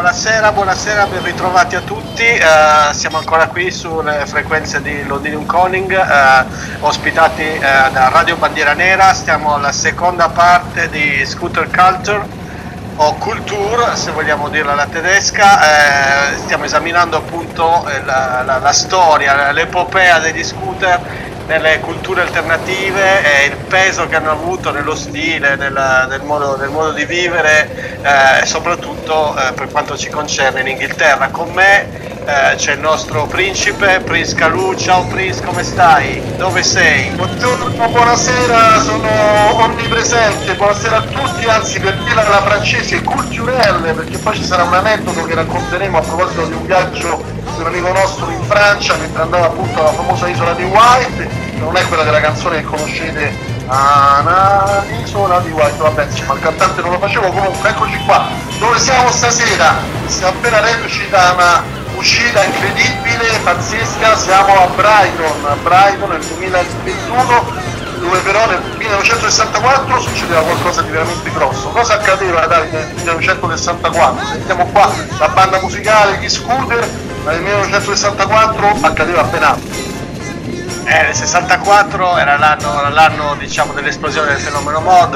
Buonasera, ben ritrovati a tutti. Siamo ancora qui sulle frequenze di Londinium Calling, ospitati da Radio Bandiera Nera. Stiamo alla seconda parte di Scooter Culture o Kultur, se vogliamo dirla alla tedesca. Stiamo esaminando appunto la storia, l'epopea degli scooter nelle culture alternative e il peso che hanno avuto nello stile, nel modo di vivere, e soprattutto per quanto ci concerne in Inghilterra. Con me c'è il nostro principe, Prince Calù. Ciao Prince, come stai? Dove sei? Buongiorno, buonasera, sono onnipresente, buonasera a tutti, anzi per dirla alla francese, culturelle, perché poi ci sarà un aneddoto che racconteremo a proposito di un viaggio di un amico nostro in Francia mentre andava appunto alla famosa isola di White, che non è quella della canzone che conoscete, isola di White, vabbè insomma il cantante non lo facevo. Comunque eccoci qua, dove siamo stasera? Siamo appena reduci da una uscita incredibile, pazzesca, siamo a Brighton nel 2021, dove però nel 1964 succedeva qualcosa di veramente grosso. Cosa accadeva nel 1964? Sentiamo qua la banda musicale, gli Scooter, ma nel 1964 accadeva ben altro. Nel 64 era l'anno diciamo dell'esplosione del fenomeno mod,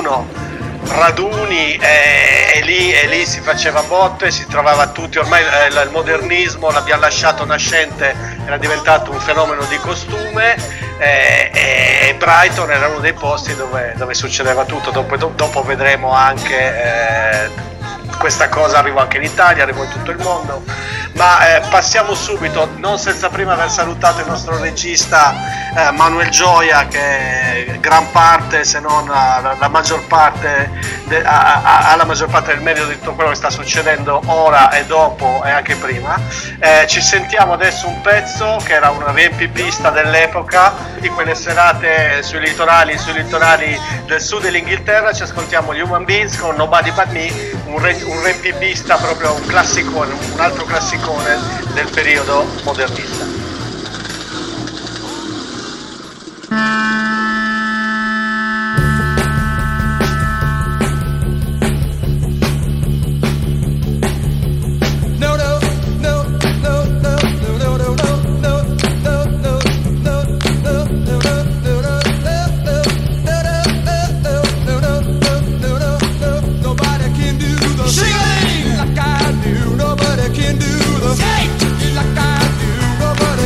raduni e lì si faceva botte, si trovava tutti, ormai il modernismo l'abbiamo lasciato nascente, era diventato un fenomeno di costume, e Brighton era uno dei posti dove succedeva tutto. Dopo vedremo anche questa cosa arrivò anche in Italia, arrivò in tutto il mondo, ma passiamo subito, non senza prima aver salutato il nostro regista Manuel Gioia, che gran parte, se non la maggior parte ha la maggior parte del merito di tutto quello che sta succedendo ora e dopo e anche prima. Ci sentiamo adesso un pezzo che era un riempipista dell'epoca, di quelle serate sui litorali del sud dell'Inghilterra. Ci ascoltiamo gli Human Beings con Nobody But Me, un riempipista, proprio un classicone, un altro classicone del periodo modernista. Like I do, nobody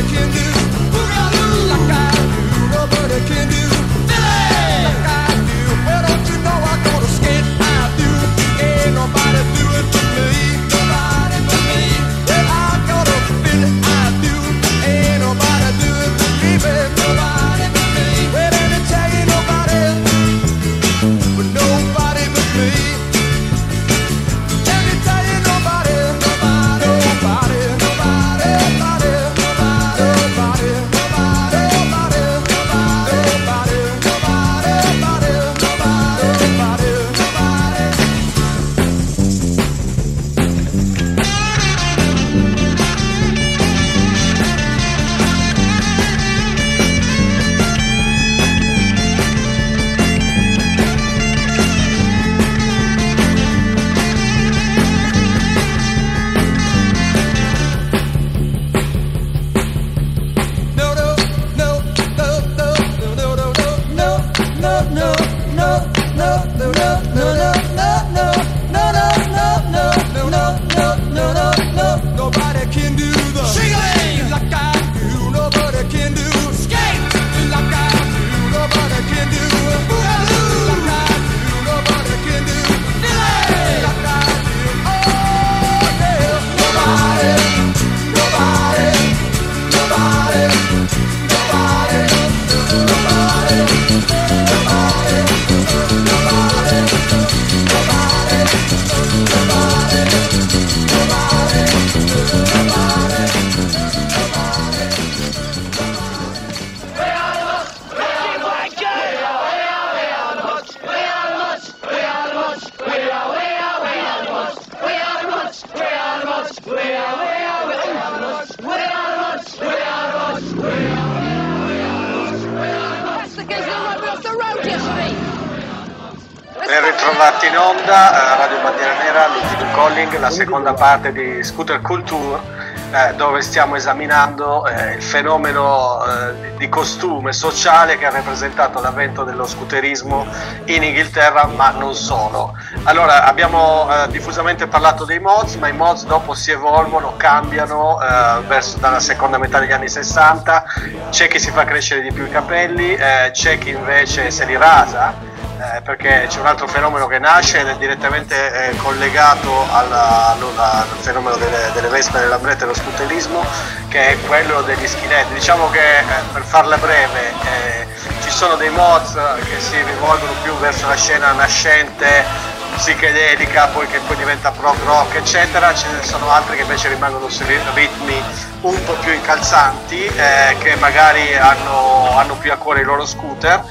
Ben ritrovati in onda, Radio Bandiera Nera, l'ultimo calling, la seconda parte di Scooter Culture, dove stiamo esaminando il fenomeno di costume sociale che ha rappresentato l'avvento dello scooterismo in Inghilterra, ma non solo. Allora, abbiamo diffusamente parlato dei mods, ma i mods dopo si evolvono, cambiano verso dalla seconda metà degli anni 60. C'è chi si fa crescere di più i capelli, c'è chi invece se li rasa, perché c'è un altro fenomeno che nasce ed è direttamente collegato al fenomeno delle vespe, delle lambrette e dello scooterismo, che è quello degli skinhead. Diciamo che per farla breve ci sono dei mods che si rivolgono più verso la scena nascente psichedelica, poi che poi diventa prog rock eccetera. Ce ne sono altri che invece rimangono su ritmi un po' più incalzanti, che magari hanno più a cuore i loro scooter.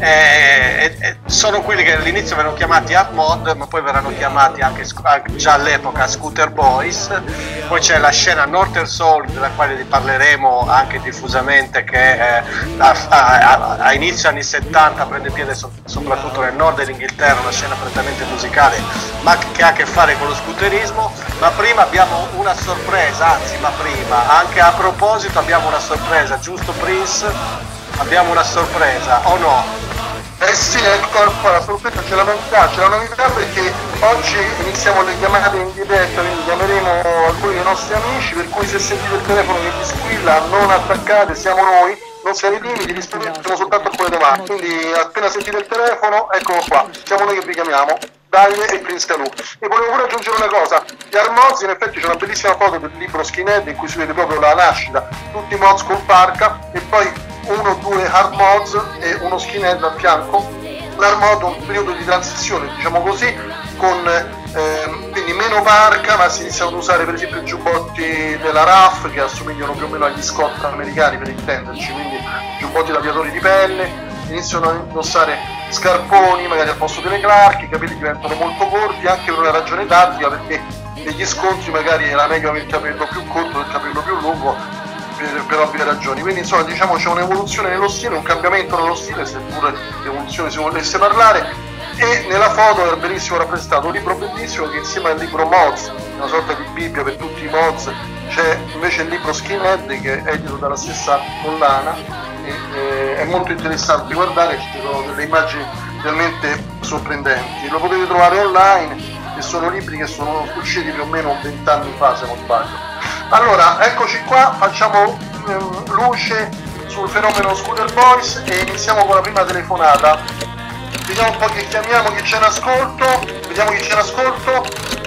Sono quelli che all'inizio verranno chiamati hard mod, ma poi verranno chiamati anche già all'epoca Scooter Boys. Poi c'è la scena Northern Soul, della quale parleremo anche diffusamente, che a inizio anni 70 prende piede soprattutto nel nord dell'Inghilterra, una scena prettamente musicale ma che ha a che fare con lo scooterismo. Ma prima abbiamo una sorpresa, anche a proposito abbiamo una sorpresa, giusto Prince? Abbiamo una sorpresa, o no? Sì, ecco qua, la sorpresa c'è la novità perché oggi iniziamo le chiamate in diretta, quindi chiameremo alcuni dei nostri amici, per cui se sentite il telefono che vi squilla non attaccate, siamo noi, non siamo i timidi, rispondiamo soltanto a quelle domande, quindi appena sentite il telefono, eccolo qua, siamo noi che vi chiamiamo. Daglie e Prince Calù. E volevo pure aggiungere una cosa, gli hard mods, in effetti c'è una bellissima foto del libro Skinhead in cui si vede proprio la nascita, tutti i mods con parca e poi 1 o 2 hard mods e uno skinhead a fianco. L'hard mod è un periodo di transizione, diciamo così, con quindi meno parca, ma si iniziano ad usare per esempio i giubbotti della RAF che assomigliano più o meno agli Scott americani, per intenderci, quindi giubbotti da aviatori di pelle, iniziano a indossare scarponi magari al posto delle Clark, i capelli diventano molto corti anche per una ragione tattica, perché negli scontri magari era meglio avere il capello più corto del capello più lungo per ovvie ragioni. Quindi insomma diciamo c'è un'evoluzione nello stile, un cambiamento nello stile, seppure di evoluzione si volesse parlare. E nella foto è benissimo rappresentato un libro bellissimo che insieme al libro Mods, una sorta di bibbia per tutti i mods, c'è invece il libro Skinhead che è edito dalla stessa collana e è molto interessante guardare, ci sono delle immagini realmente sorprendenti, lo potete trovare online e sono libri che sono usciti più o meno 20 anni fa se non sbaglio. Allora eccoci qua, facciamo luce sul fenomeno Scooter Boys e iniziamo con la prima telefonata. Vediamo un po' che chiamiamo, chi c'è in ascolto, vediamo chi c'è in ascolto.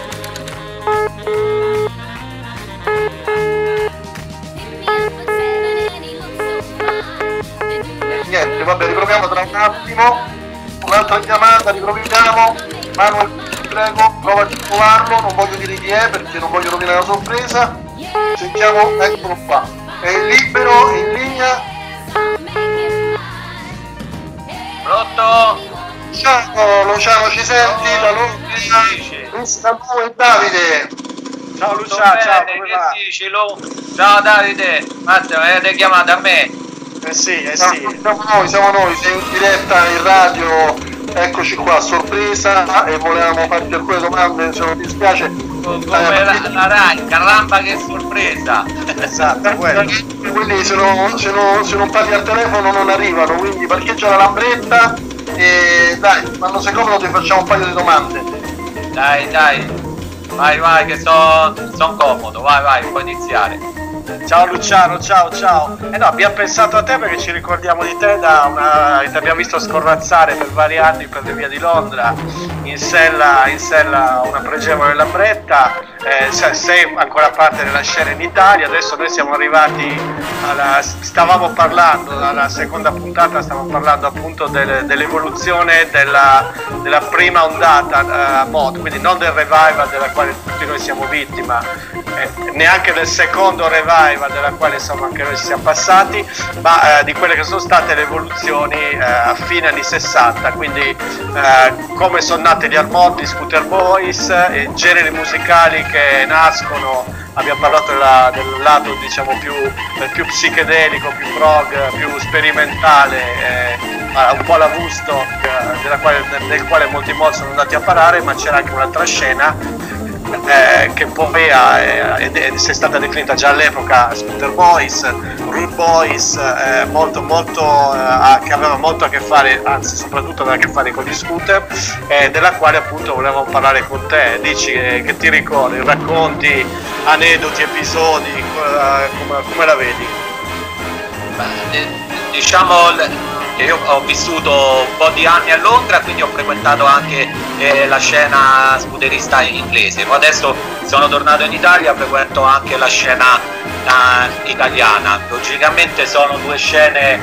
Niente, vabbè, riproviamo tra un attimo, un'altra chiamata, riproviamo. Manuel, ti prego, prova a trovarlo, non voglio dire chi è perché non voglio rovinare la sorpresa. Sentiamo, eccolo qua, è libero, in linea. Pronto? Ciao Luciano, ci senti? Da Londra? Davide. Ciao Luciano, ciao, come va? Dici, ciao Davide, Matteo, avete chiamato a me? Sì. Siamo noi, sei in diretta in radio, eccoci qua, sorpresa, e volevamo farti alcune domande, se non ti dispiace. Come la Rai, caramba che sorpresa! Esatto, quello. Quindi se non parli al telefono non arrivano, quindi parcheggia la lambretta e dai, quando sei comodo ti facciamo un paio di domande. Dai, vai che son comodo, vai, puoi iniziare. Ciao Luciano, ciao. No, abbiamo pensato a te perché ci ricordiamo di te ti abbiamo visto scorrazzare per vari anni per le vie di Londra, in sella a una pregevole lambretta. Sei ancora parte della scena in Italia. Adesso noi siamo arrivati stavamo parlando alla seconda puntata, stavamo parlando appunto dell'evoluzione della prima ondata mod, quindi non del revival della quale tutti noi siamo vittima, neanche del secondo revival della quale insomma anche noi siamo passati, ma di quelle che sono state le evoluzioni a fine anni 60, quindi come sono nate gli hard mod, gli Scooter Boys, generi musicali che nascono. Abbiamo parlato del lato diciamo più psichedelico, più prog, più sperimentale, un po' la Woodstock, nel quale molti mod sono andati a parare, ma c'era anche un'altra scena che poi è stata definita già all'epoca Scooter Boys, Rude Boys, che aveva molto a che fare, anzi soprattutto aveva a che fare con gli scooter, della quale appunto volevamo parlare con te. Dici che ti ricordi, racconti aneddoti, episodi, come la vedi? Diciamo che io ho vissuto un po' di anni a Londra, quindi ho frequentato anche la scena scooterista inglese. Poi adesso sono tornato in Italia, frequento anche la scena italiana. Logicamente sono due scene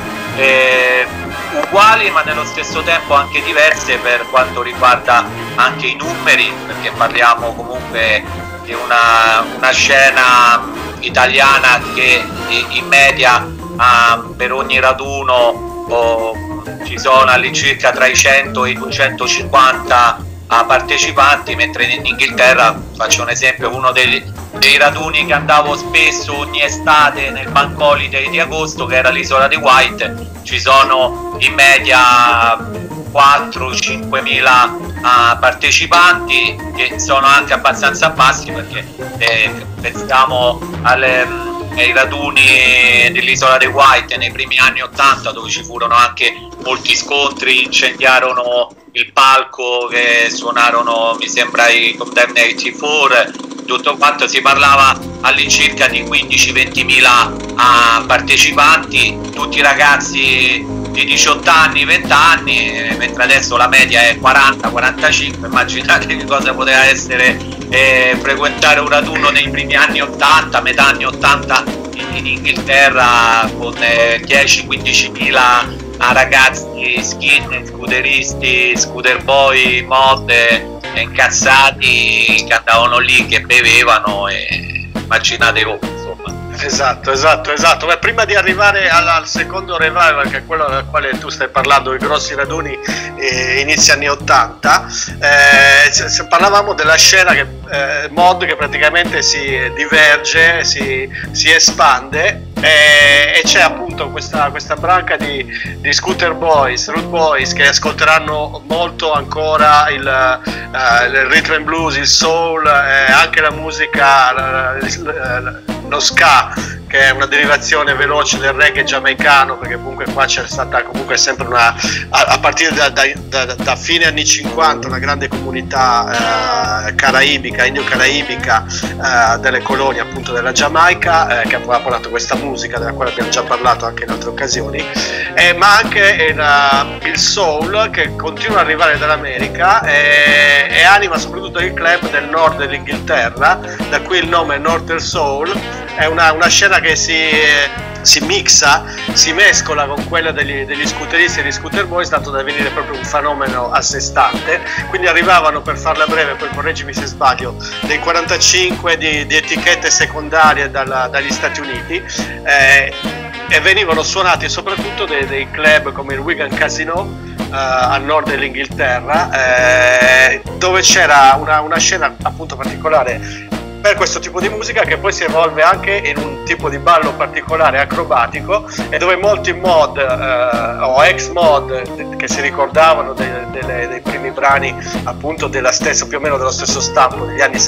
uguali, ma nello stesso tempo anche diverse per quanto riguarda anche i numeri, perché parliamo comunque di una scena italiana che in media per ogni raduno ci sono all'incirca tra i 100 e i 250 partecipanti, mentre in Inghilterra, faccio un esempio, uno dei raduni che andavo spesso ogni estate nel Bank Holiday di agosto, che era l'isola di Wight, ci sono in media 4-5 mila partecipanti, che sono anche abbastanza bassi, perché pensiamo ai raduni dell'isola di Wight nei primi anni 80, dove ci furono anche molti scontri, incendiarono il palco, che suonarono mi sembra i Condemned 84, tutto quanto, si parlava all'incirca di 15-20 mila partecipanti, tutti ragazzi di 18 anni, 20 anni, mentre adesso la media è 40-45. Immaginate che cosa poteva essere frequentare un raduno nei primi anni 80, metà anni 80 in Inghilterra, con 10-15 mila ragazzi skin, scooteristi, scooter boy, mod incazzati, che andavano lì, che bevevano, e immaginate voi, insomma. Esatto. Beh, prima di arrivare al secondo revival, che è quello del quale tu stai parlando, i grossi raduni inizio anni 80, parlavamo della scena mod che praticamente si diverge, si espande, e c'è appunto questa branca di scooter boys, road boys, che ascolteranno molto ancora il rhythm and blues, il soul, anche la musica, lo ska, che è una derivazione veloce del reggae giamaicano, perché comunque qua c'è stata comunque sempre a partire da fine anni 50 una grande comunità caraibica, indio-caraibica, delle colonie appunto della Giamaica, che aveva portato questa musica della quale abbiamo già parlato anche in altre occasioni, ma anche il soul, che continua ad arrivare dall'America e anima soprattutto il club del nord dell'Inghilterra, da cui il nome Northern Soul. È una scena che si mixa, si mescola con quella degli scooteristi e degli scooter boys, tanto da venire proprio un fenomeno a sé stante. Quindi arrivavano, per farla breve, poi correggimi se sbaglio, dei 45 di etichette secondarie dagli Stati Uniti, e venivano suonati soprattutto dei club come il Wigan Casino al nord dell'Inghilterra, dove c'era una scena appunto particolare per questo tipo di musica, che poi si evolve anche in un tipo di ballo particolare acrobatico, e dove molti mod o ex mod che si ricordavano dei primi brani appunto della stessa, più o meno dello stesso stampo degli anni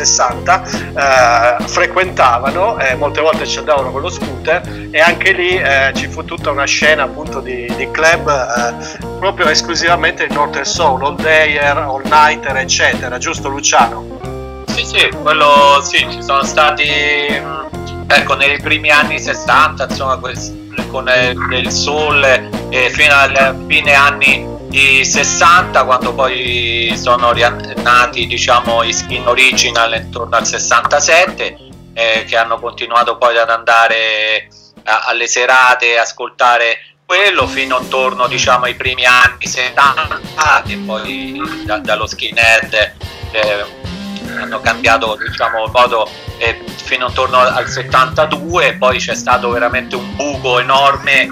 60, frequentavano, molte volte ci andavano con lo scooter, e anche lì ci fu tutta una scena appunto di club proprio esclusivamente il Northern Soul, All Dayer, All Nighter, eccetera, giusto Luciano? Sì, quello sì, ci sono stati, ecco, nei primi anni 60, insomma, con il soul, fino ai fine anni 60, quando poi sono nati, diciamo, i Skin Original intorno al 67, che hanno continuato poi ad andare alle serate, ascoltare quello fino intorno, diciamo, ai primi anni 70, e poi dallo skinhead hanno cambiato, diciamo, modo fino intorno al 72, poi c'è stato veramente un buco enorme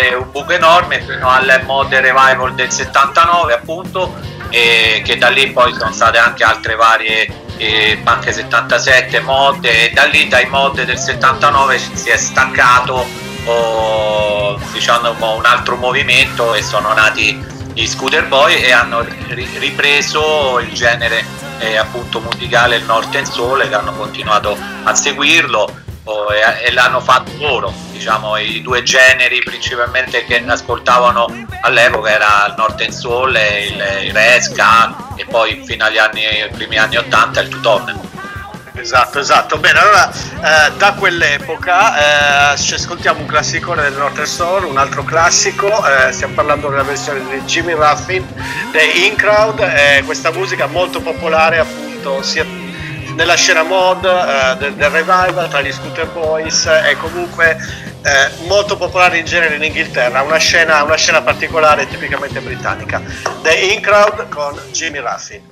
fino al mod revival del 79 appunto, che da lì poi sono state anche altre varie anche 77 mod, e da lì, dai mod del 79, si è staccato diciamo un altro movimento, e sono nati gli Scooter Boy e hanno ripreso il genere appunto musicale, il Northern Soul, che hanno continuato a seguirlo e l'hanno fatto loro. Diciamo, i due generi principalmente che ascoltavano all'epoca era il Northern Soul e il Re Ska, e poi fino agli primi anni 80 il Two-Tone. Esatto. Bene, allora da quell'epoca ci ascoltiamo un classicone del Northern Soul, un altro classico, stiamo parlando della versione di Jimmy Ruffin, The In Crowd, questa musica molto popolare appunto sia nella scena mod del revival tra gli Scooter Boys, e comunque molto popolare in genere in Inghilterra, una scena particolare tipicamente britannica. The In Crowd con Jimmy Ruffin.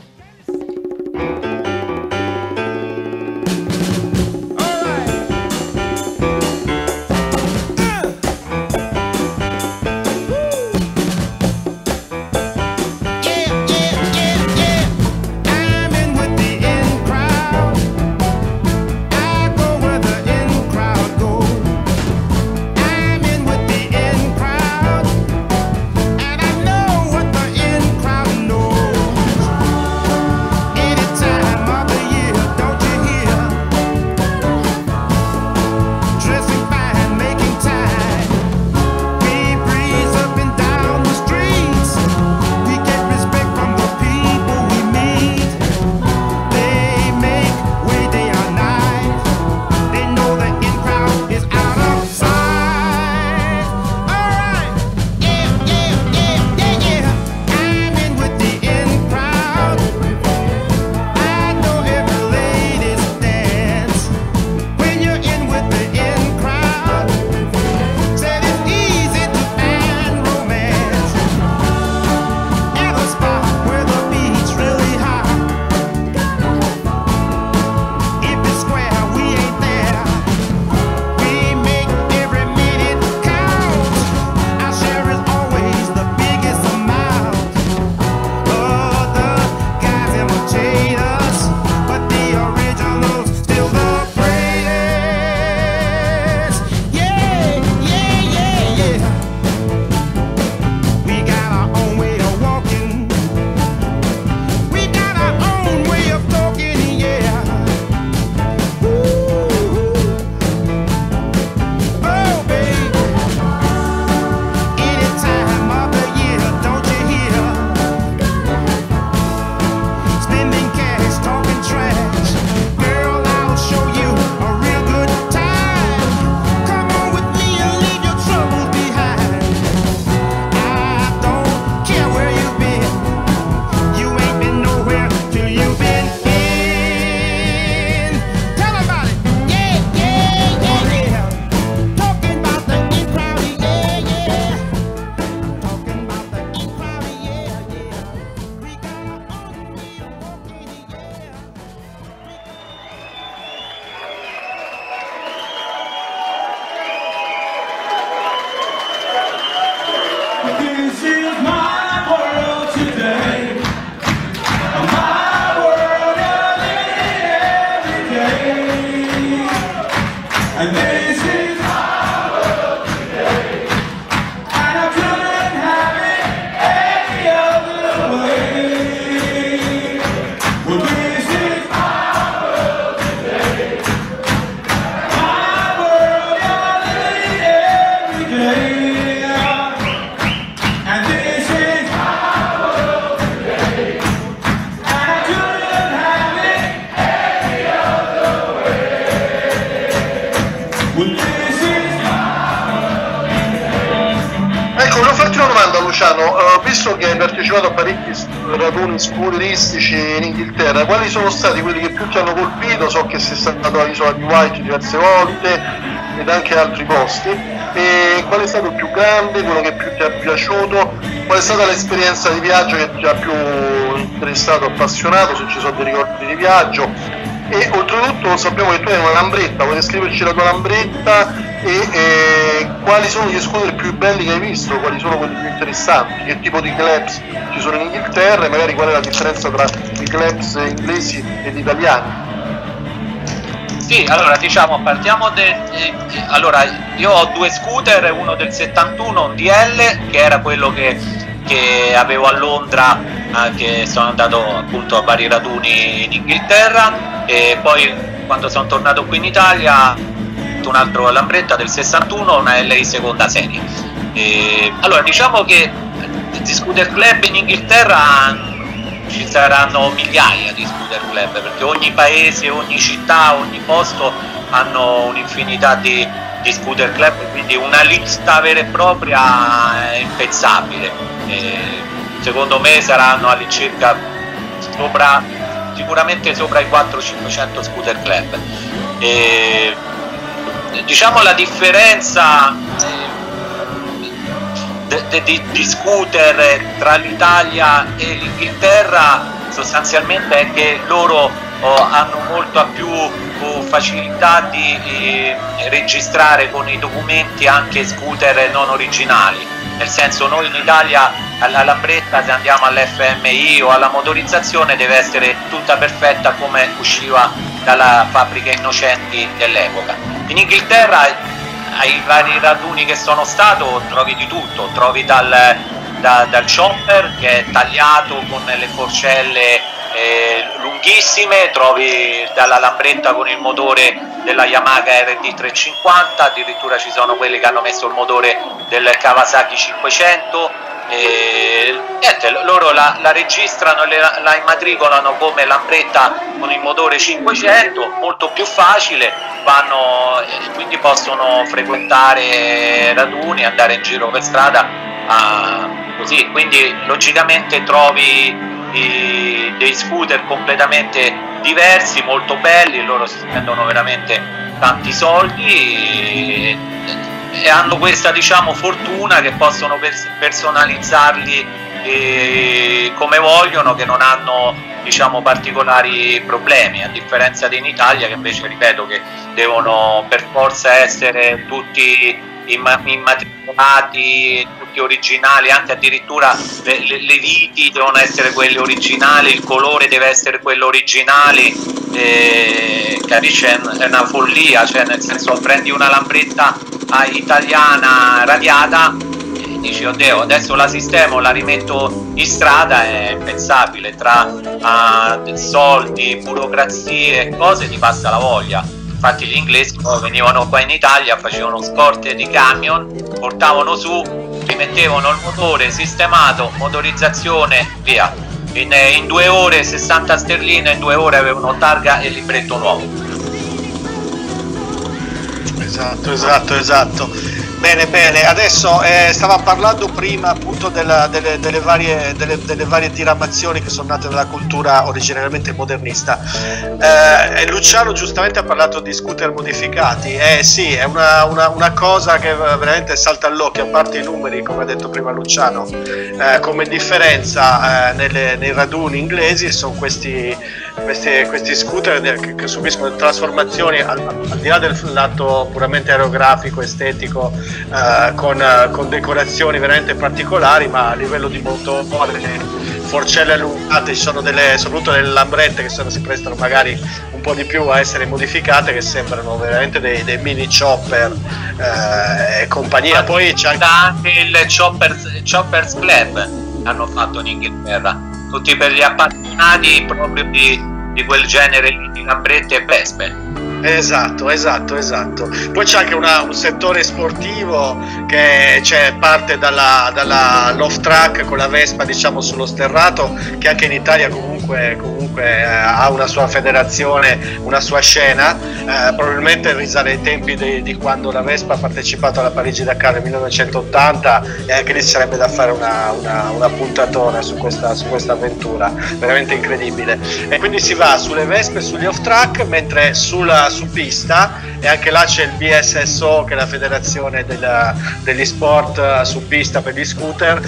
Visto che hai partecipato a parecchi raduni scooleristici in Inghilterra, quali sono stati quelli che più ti hanno colpito? So che sei stato all'Isola di Wight diverse volte ed anche altri posti, e qual è stato il più grande, quello che più ti è piaciuto, qual è stata l'esperienza di viaggio che ti ha più interessato, appassionato, se ci sono dei ricordi di viaggio, e oltretutto sappiamo che tu hai una lambretta, vuoi descriverci la tua lambretta e quali sono gli scooter più belli che hai visto, quali sono quelli più interessanti, che tipo di clubs ci sono in Inghilterra e magari qual è la differenza tra i clubs inglesi ed italiani? Sì, allora diciamo partiamo allora io ho due scooter, uno del 71, un DL che era quello che avevo a Londra, che sono andato appunto a vari raduni in Inghilterra, e poi quando sono tornato qui in Italia un altro Lambretta del 61, una LI seconda serie. Allora diciamo che di scooter club in Inghilterra ci saranno migliaia di scooter club, perché ogni paese, ogni città, ogni posto hanno un'infinità di scooter club, quindi una lista vera e propria è impensabile. Secondo me saranno all'incirca sicuramente sopra i 400-500 scooter club. Diciamo la differenza di scooter tra l'Italia e l'Inghilterra sostanzialmente è che loro hanno molta più facilità di registrare con i documenti anche scooter non originali, nel senso noi in Italia alla Lambretta, se andiamo all'FMI o alla motorizzazione, deve essere tutta perfetta come usciva dalla fabbrica Innocenti dell'epoca. In Inghilterra ai vari raduni che sono stato trovi di tutto, trovi dal chopper che è tagliato con le forcelle lunghissime, trovi dalla Lambretta con il motore della Yamaha RD 350, addirittura ci sono quelli che hanno messo il motore del Kawasaki 500, niente, loro la registrano e la immatricolano come Lambretta con il motore 500, molto più facile, quindi possono frequentare raduni, andare in giro per strada così, quindi logicamente trovi dei scooter completamente diversi, molto belli, loro si spendono veramente tanti soldi e hanno questa, diciamo, fortuna che possono personalizzarli come vogliono, che non hanno, diciamo, particolari problemi, a differenza di in Italia, che invece, ripeto, che devono per forza essere tutti immatricolati, tutti originali, anche addirittura le viti devono essere quelle originali, il colore deve essere quello originale, capisci? È una follia, cioè nel senso, prendi una Lambretta italiana radiata e dici oddio, adesso la sistemo, la rimetto in strada, è impensabile, tra soldi, burocrazie e cose ti passa la voglia. Infatti gli inglesi poi venivano qua in Italia, facevano scorte di camion, portavano su, rimettevano il motore sistemato, motorizzazione, via. In 2 ore 60 sterline, in 2 ore avevano targa e libretto nuovo. Esatto. Bene, adesso stava parlando prima appunto delle varie diramazioni che sono nate dalla cultura originariamente modernista. Luciano giustamente ha parlato di scooter modificati. Sì, è una cosa che veramente salta all'occhio, a parte i numeri, come ha detto prima Luciano, come differenza nei raduni inglesi sono questi scooter che subiscono trasformazioni al di là del lato puramente aerografico, estetico, con decorazioni veramente particolari, ma a livello di motore, forcelle allungate, ci sono soprattutto delle Lambrette che si prestano magari un po' di più a essere modificate, che sembrano veramente dei mini chopper e compagnia. Poi c'è anche il Choppers Club hanno fatto in Inghilterra, tutti per gli appassionati proprio di quel genere di Lambrette e Vespe. Esatto. Poi c'è anche un settore sportivo che parte dalla off track con la Vespa, diciamo, sullo sterrato, che anche in Italia comunque ha una sua federazione, una sua scena, probabilmente risale ai tempi di quando la Vespa ha partecipato alla Parigi-Dakar nel 1980, e anche lì sarebbe da fare una puntatona su questa avventura veramente incredibile. E quindi si va sulle Vespe, sugli off track, mentre su pista, e anche là c'è il BSSO, che è la federazione degli sport su pista per gli scooter,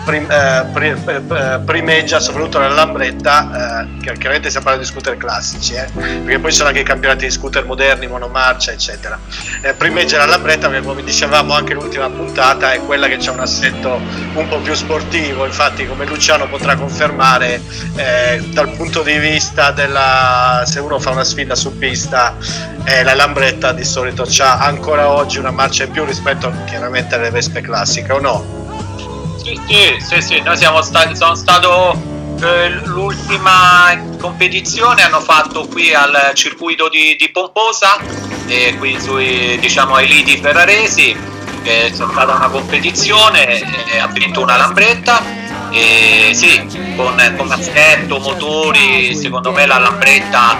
primeggia soprattutto la Lambretta, che chiaramente si parla di scooter classici, perché poi ci sono anche i campionati di scooter moderni, monomarcia eccetera. Primeggia la Lambretta perché, come dicevamo anche l'ultima puntata, è quella che c'ha un assetto un po' più sportivo, infatti come Luciano potrà confermare, dal punto di vista se uno fa una sfida su pista, la Lambretta di solito c'ha ancora oggi una marcia in più rispetto chiaramente alle Vespe classiche, o no? Sì, noi sono stato l'ultima competizione hanno fatto qui al circuito di Pomposa, qui sui, diciamo, ai lidi ferraresi, c'è stata una competizione, ha vinto una Lambretta, sì, con assetto, motori. Secondo me la Lambretta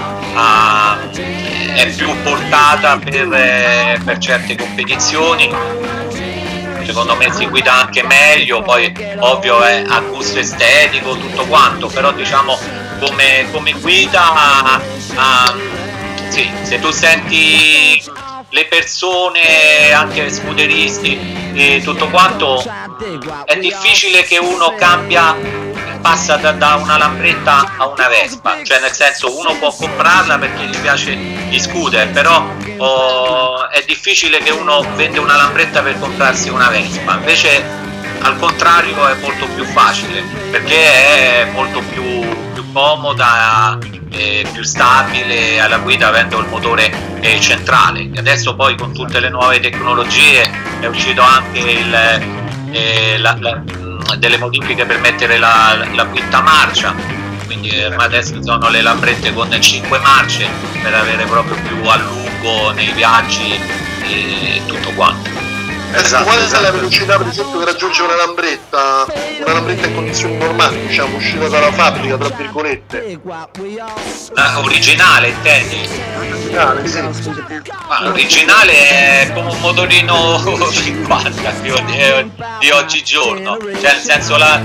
è più portata per certe competizioni. Secondo me si guida anche meglio, poi ovvio è a gusto estetico tutto quanto, però diciamo come guida sì, se tu senti le persone, anche scuderisti e tutto quanto, è difficile che uno passa da una Lambretta a una Vespa, cioè nel senso uno può comprarla perché gli piace gli scooter, però è difficile che uno vende una Lambretta per comprarsi una Vespa, invece al contrario è molto più facile perché è molto più comoda, più stabile alla guida, avendo il motore centrale. E adesso poi con tutte le nuove tecnologie è uscito anche delle modifiche per mettere la quinta marcia, quindi adesso sono le Lambrette con 5 marce per avere proprio più a lungo nei viaggi e tutto quanto. Esatto, qual è la velocità per esempio che raggiunge una Lambretta in condizioni normali, diciamo, uscita dalla fabbrica, tra virgolette? Originale, intendi? Originale, sì. Originale è come un motorino 50 di oggigiorno, cioè nel senso la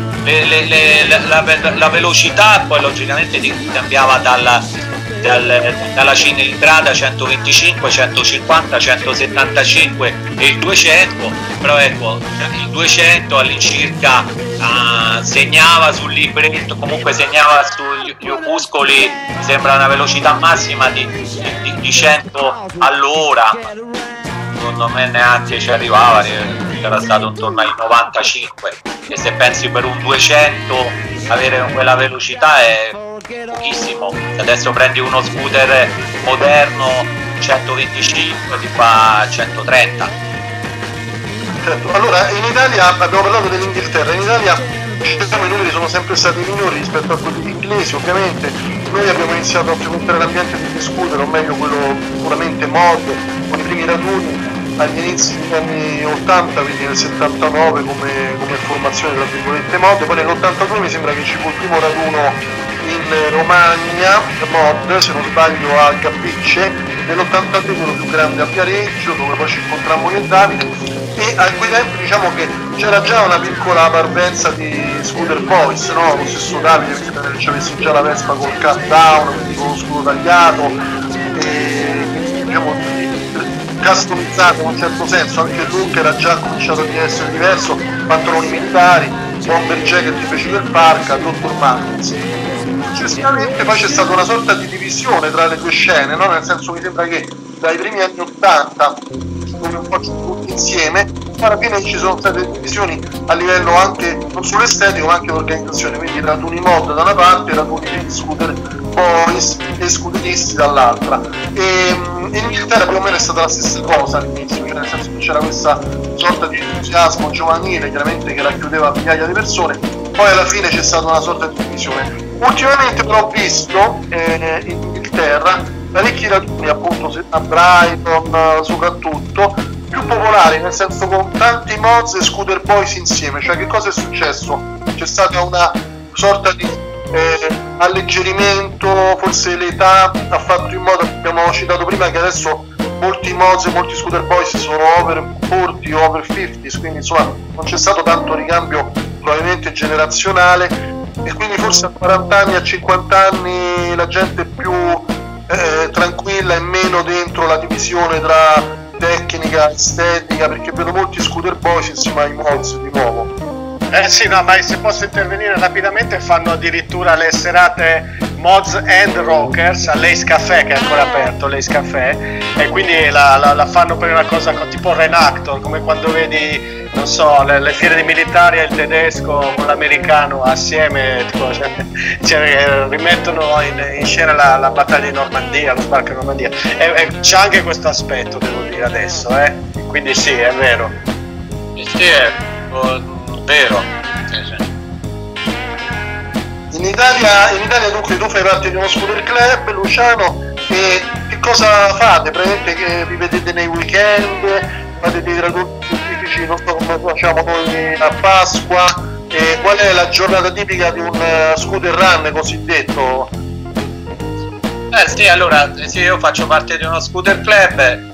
velocità poi logicamente cambiava dalla cilindrata 125, 150, 175 e il 200, però ecco, il 200 all'incirca segnava sul libretto, comunque segnava sugli opuscoli, sembra una velocità massima di 100 all'ora, secondo me neanche ci arrivava, era stato intorno ai 95, e se pensi per un 200 avere quella velocità è pochissimo. Adesso prendi uno scooter moderno 125 ti fa 130. Certo. Allora in Italia abbiamo parlato dell'Inghilterra, in Italia diciamo i numeri sono sempre stati minori rispetto a quelli inglesi, ovviamente noi abbiamo iniziato a frequentare l'ambiente degli scooter, o meglio quello puramente mod, con i primi raduni agli inizi degli anni 80, quindi nel 79 come formazione tra virgolette mod, poi nell'82 mi sembra che ci fu il primo raduno in Romagna mod, se non sbaglio a Capicce, nell'83 quello più grande a Viareggio, dove poi ci incontrammo io e Davide, e a quei tempi diciamo che c'era già una piccola parvenza di scooter boys, no? Lo stesso Davide mi sembra che ci avesse già la Vespa col cut down, quindi con lo scudo tagliato, e diciamo customizzato in un certo senso, anche il look era già cominciato ad essere diverso, pantaloni militari, bomber jacket invece del Parca, Dr. Martens. Successivamente poi c'è stata una sorta di divisione tra le due scene, no? Nel senso mi sembra che dai primi anni 80 come un po' tutti insieme, alla fine ci sono state divisioni a livello anche non solo estetico ma anche l'organizzazione, quindi raduni mod da una parte, raduni degli scooter boys e scooteristi dall'altra. E in Inghilterra più o meno è stata la stessa cosa all'inizio, cioè nel senso che c'era questa sorta di entusiasmo giovanile chiaramente che racchiudeva migliaia di persone, poi alla fine c'è stata una sorta di divisione. Ultimamente però ho visto in Inghilterra parecchi raduni, appunto a Brighton soprattutto, più popolari, nel senso con tanti mods e scooter boys insieme. Cioè che cosa è successo? C'è stata una sorta di alleggerimento, forse l'età ha fatto in modo, abbiamo citato prima, che adesso molti mods e molti scooter boys sono over 40 o over 50, quindi insomma non c'è stato tanto ricambio probabilmente generazionale, e quindi forse a 40 anni, a 50 anni la gente è più tranquilla e meno dentro la divisione tra tecnica, estetica, perché vedo molti scooter boys insieme ai mods di nuovo. Sì, no, ma se posso intervenire rapidamente, fanno addirittura le serate Mods and Rockers all'Ace Café, che è ancora aperto, l'Ace Café, e quindi la fanno per una cosa tipo Renactor, come quando vedi non so, le fiere dei militari e il tedesco con l'americano assieme, tipo, rimettono in scena la battaglia di Normandia, lo sbarco di Normandia. C'è anche questo aspetto, devo dire adesso, quindi sì, è vero. Sì, è vero. In Italia dunque tu fai parte di uno scooter club, Luciano, e che cosa fate? Praticamente che vi vedete nei weekend, fate dei raduni tipici, non so come facciamo noi a Pasqua, e qual è la giornata tipica di un scooter run cosiddetto? Sì, allora, sì, io faccio parte di uno scooter club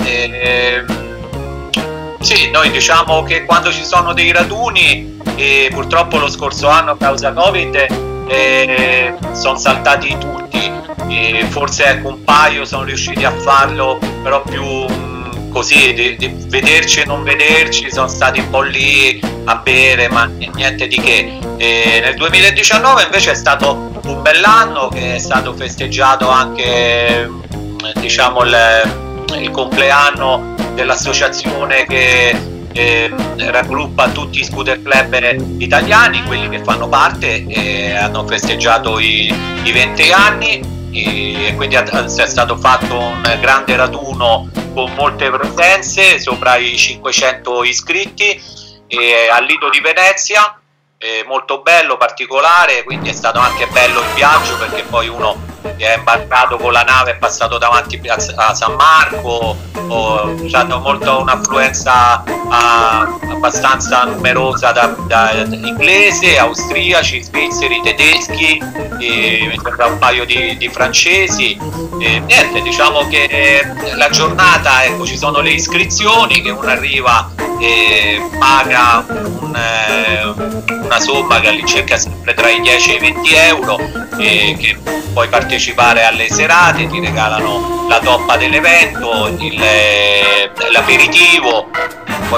sì, noi diciamo che quando ci sono dei raduni, purtroppo lo scorso anno a causa Covid sono saltati tutti, forse ecco un paio sono riusciti a farlo, però più così di vederci e non vederci, sono stati un po' lì a bere, ma niente di che. Nel 2019 invece è stato un bell'anno, che è stato festeggiato anche diciamo il compleanno dell'associazione che raggruppa tutti i scooter club italiani, quelli che fanno parte, hanno festeggiato i 20 anni e quindi è stato fatto un grande raduno con molte presenze, sopra i 500 iscritti, al Lido di Venezia, molto bello, particolare, quindi è stato anche bello il viaggio, perché poi uno è imbarcato con la nave, è passato davanti a San Marco, hanno molto un'affluenza abbastanza numerosa da inglese, austriaci, svizzeri, tedeschi, mi sembra un paio di francesi. Niente, diciamo che la giornata, ecco, ci sono le iscrizioni che uno arriva e paga una somma che all'incirca sempre tra i 10 e i 20 euro, che puoi partecipare alle serate, ti regalano la toppa dell'evento, l'aperitivo, poi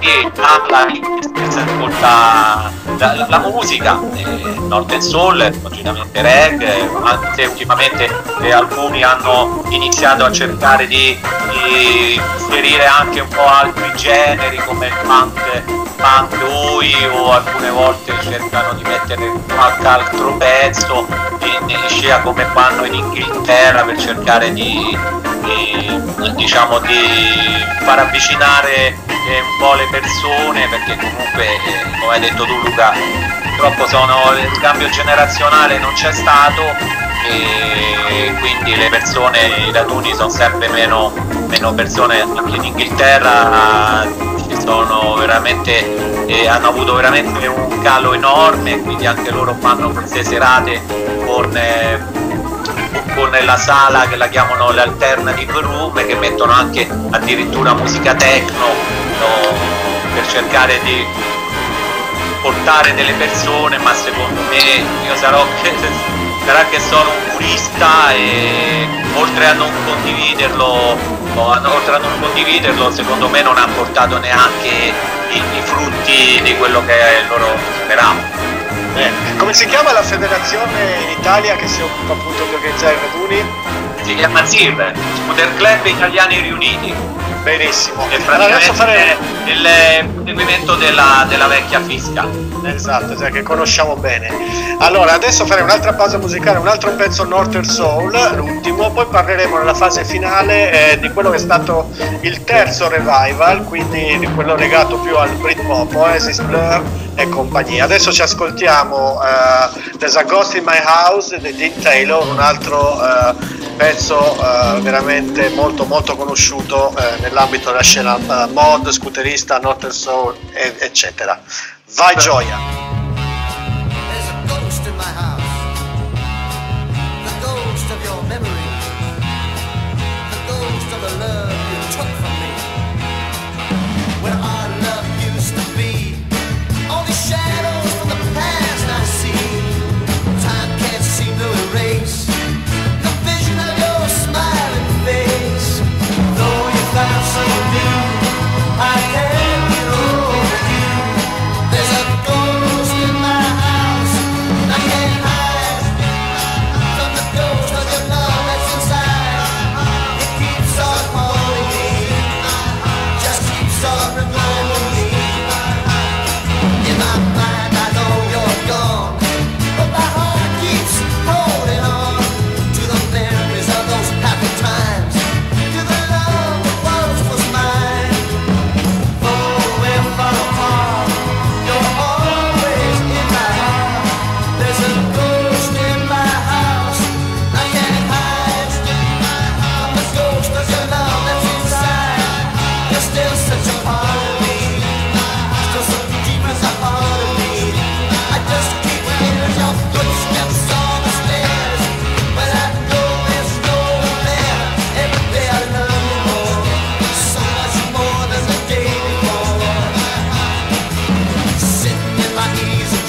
ascolta la musica, Northern Soul, logicamente reggae, anche se ultimamente alcuni hanno iniziato a cercare di inserire anche un po' altri generi come il punk oi, o alcune volte cercano di mettere qualche altro pezzo in scia, come fanno in Inghilterra, per cercare di far avvicinare un po' le persone, perché comunque come hai detto tu Luca, purtroppo il cambio generazionale non c'è stato e quindi le persone, i raduni sono sempre meno persone. Anche in Inghilterra sono veramente hanno avuto veramente un calo enorme, quindi anche loro fanno queste serate con la sala che la chiamano l'alternative room, che mettono anche addirittura musica techno, per cercare di portare delle persone, ma secondo me sarà che sono un purista e oltre a non condividerlo secondo me non ha portato neanche i frutti di quello che loro speravano. Come si chiama la federazione in Italia che si occupa appunto di organizzare i raduni? Si chiama ZIR, Scooter Club Italiani Riuniti. Benissimo. E praticamente il seguimento della vecchia fisca. Esatto, che conosciamo bene. Allora, adesso faremo un'altra pausa musicale, un altro pezzo Northern Soul, l'ultimo, poi parleremo nella fase finale di quello che è stato il terzo revival, quindi di quello legato più al Britpop, Oasis, Blur e compagnia. Adesso ci ascoltiamo There's a Ghost in My House di Dean Taylor, un altro pezzo veramente molto molto conosciuto nell'ambito della scena mod, scooterista, Northern Soul eccetera. Vai Gioia! There's a ghost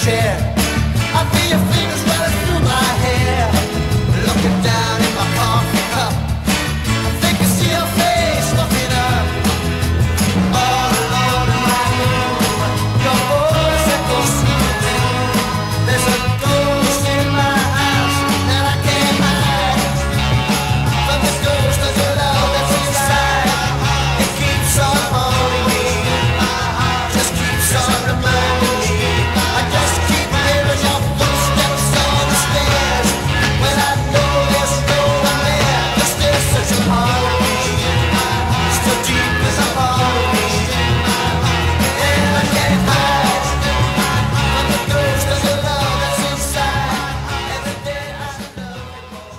chair. I feel your fingers running through my hair. Looking down in my coffee cup, I think I see your face looking up. All alone in my room, your voice echoes through me. There's a ghost in my house that I can't hide. But the ghost of the love that's inside, it keeps on haunting me, just keeps on reminding me. I just keep hearing your footsteps on the stairs, when I know there's no one there. You're still such a part of me, still deep as a part of me, and I can't hide from the ghost of the love that's inside. Every day I love you more.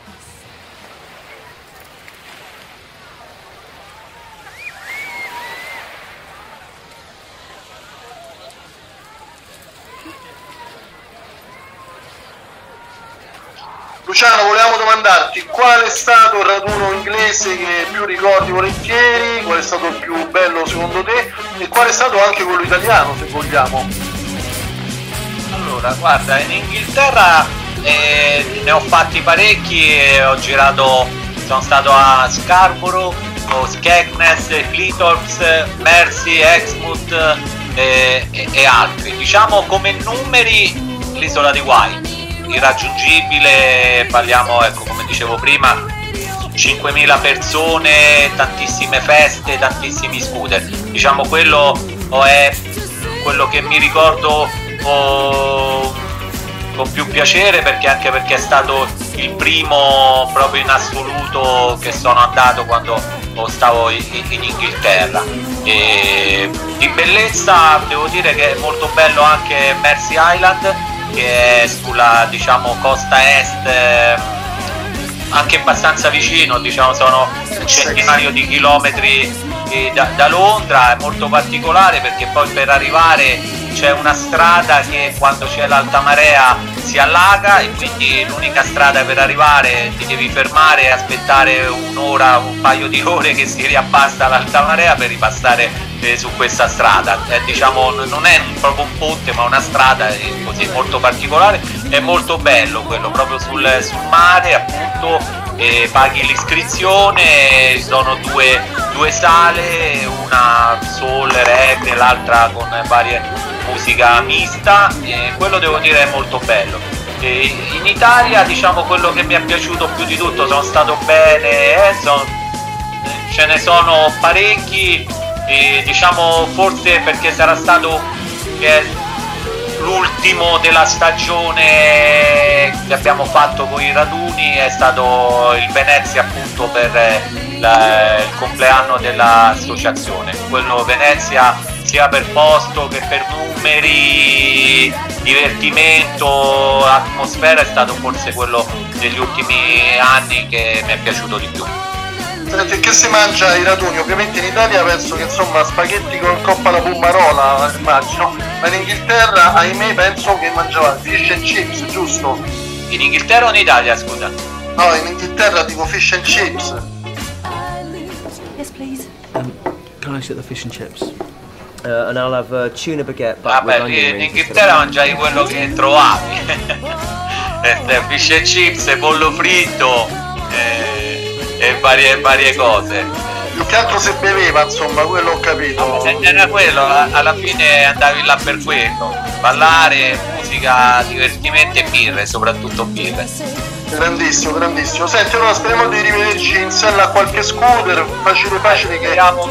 Luciano, volevamo domandarti qual è stato il raduno inglese che più ricordi volentieri, qual è stato il più bello secondo te e qual è stato anche quello italiano, se vogliamo. Allora, guarda, in Inghilterra ne ho fatti parecchi e ho girato, sono stato a Scarborough, Skegness, Cleethorpes, Mersey, Exmouth e altri. Diciamo come numeri l'isola di Wight, irraggiungibile, parliamo, ecco, come dicevo prima, 5.000 persone, tantissime feste, tantissimi scooter. Diciamo quello è quello che mi ricordo con più piacere, anche perché è stato il primo proprio in assoluto che sono andato quando stavo in Inghilterra. E di bellezza devo dire che è molto bello anche Mersey Island, che è sulla, diciamo, costa est, anche abbastanza vicino, diciamo, sono un centinaio di chilometri da Londra. È molto particolare perché poi per arrivare c'è una strada che quando c'è l'alta marea si allaga e quindi l'unica strada per arrivare, ti devi fermare e aspettare un'ora, un paio di ore che si riabbassa l'alta marea per ripassare su questa strada. Diciamo non è proprio un ponte ma una strada così molto particolare. È molto bello quello, proprio sul mare, appunto, paghi l'iscrizione, sono due sale, una soul, reggae, l'altra con varie musica mista, e quello devo dire è molto bello. In Italia, diciamo, quello che mi è piaciuto più di tutto, sono stato bene, ce ne sono parecchi, diciamo forse perché sarà stato l'ultimo della stagione che abbiamo fatto con i raduni, è stato il Venezia, appunto, per il compleanno dell'associazione. Quello Venezia, sia per posto che per numeri, divertimento, atmosfera, è stato forse quello degli ultimi anni che mi è piaciuto di più. Senti, che si mangia ai raduni? Ovviamente in Italia penso che, insomma, spaghetti con coppa alla pommarola, immagino, ma in Inghilterra, ahimè, penso che mangiava fish and chips, giusto? In Inghilterra o in Italia, scusa? No, in Inghilterra dico fish and chips. Yes, please. Can I get the fish and chips? And I'll have tuna baguette. Vabbè, in Inghilterra mangiai quello che trovavi. Fish and chips, pollo fritto e varie cose. Più che altro se beveva, insomma, quello ho capito. Era quello, alla fine andavi là per quello. Ballare, musica, divertimento e birre, soprattutto birre. Grandissimo, grandissimo. Senti, allora speriamo di rivederci in sella a qualche scooter, facile che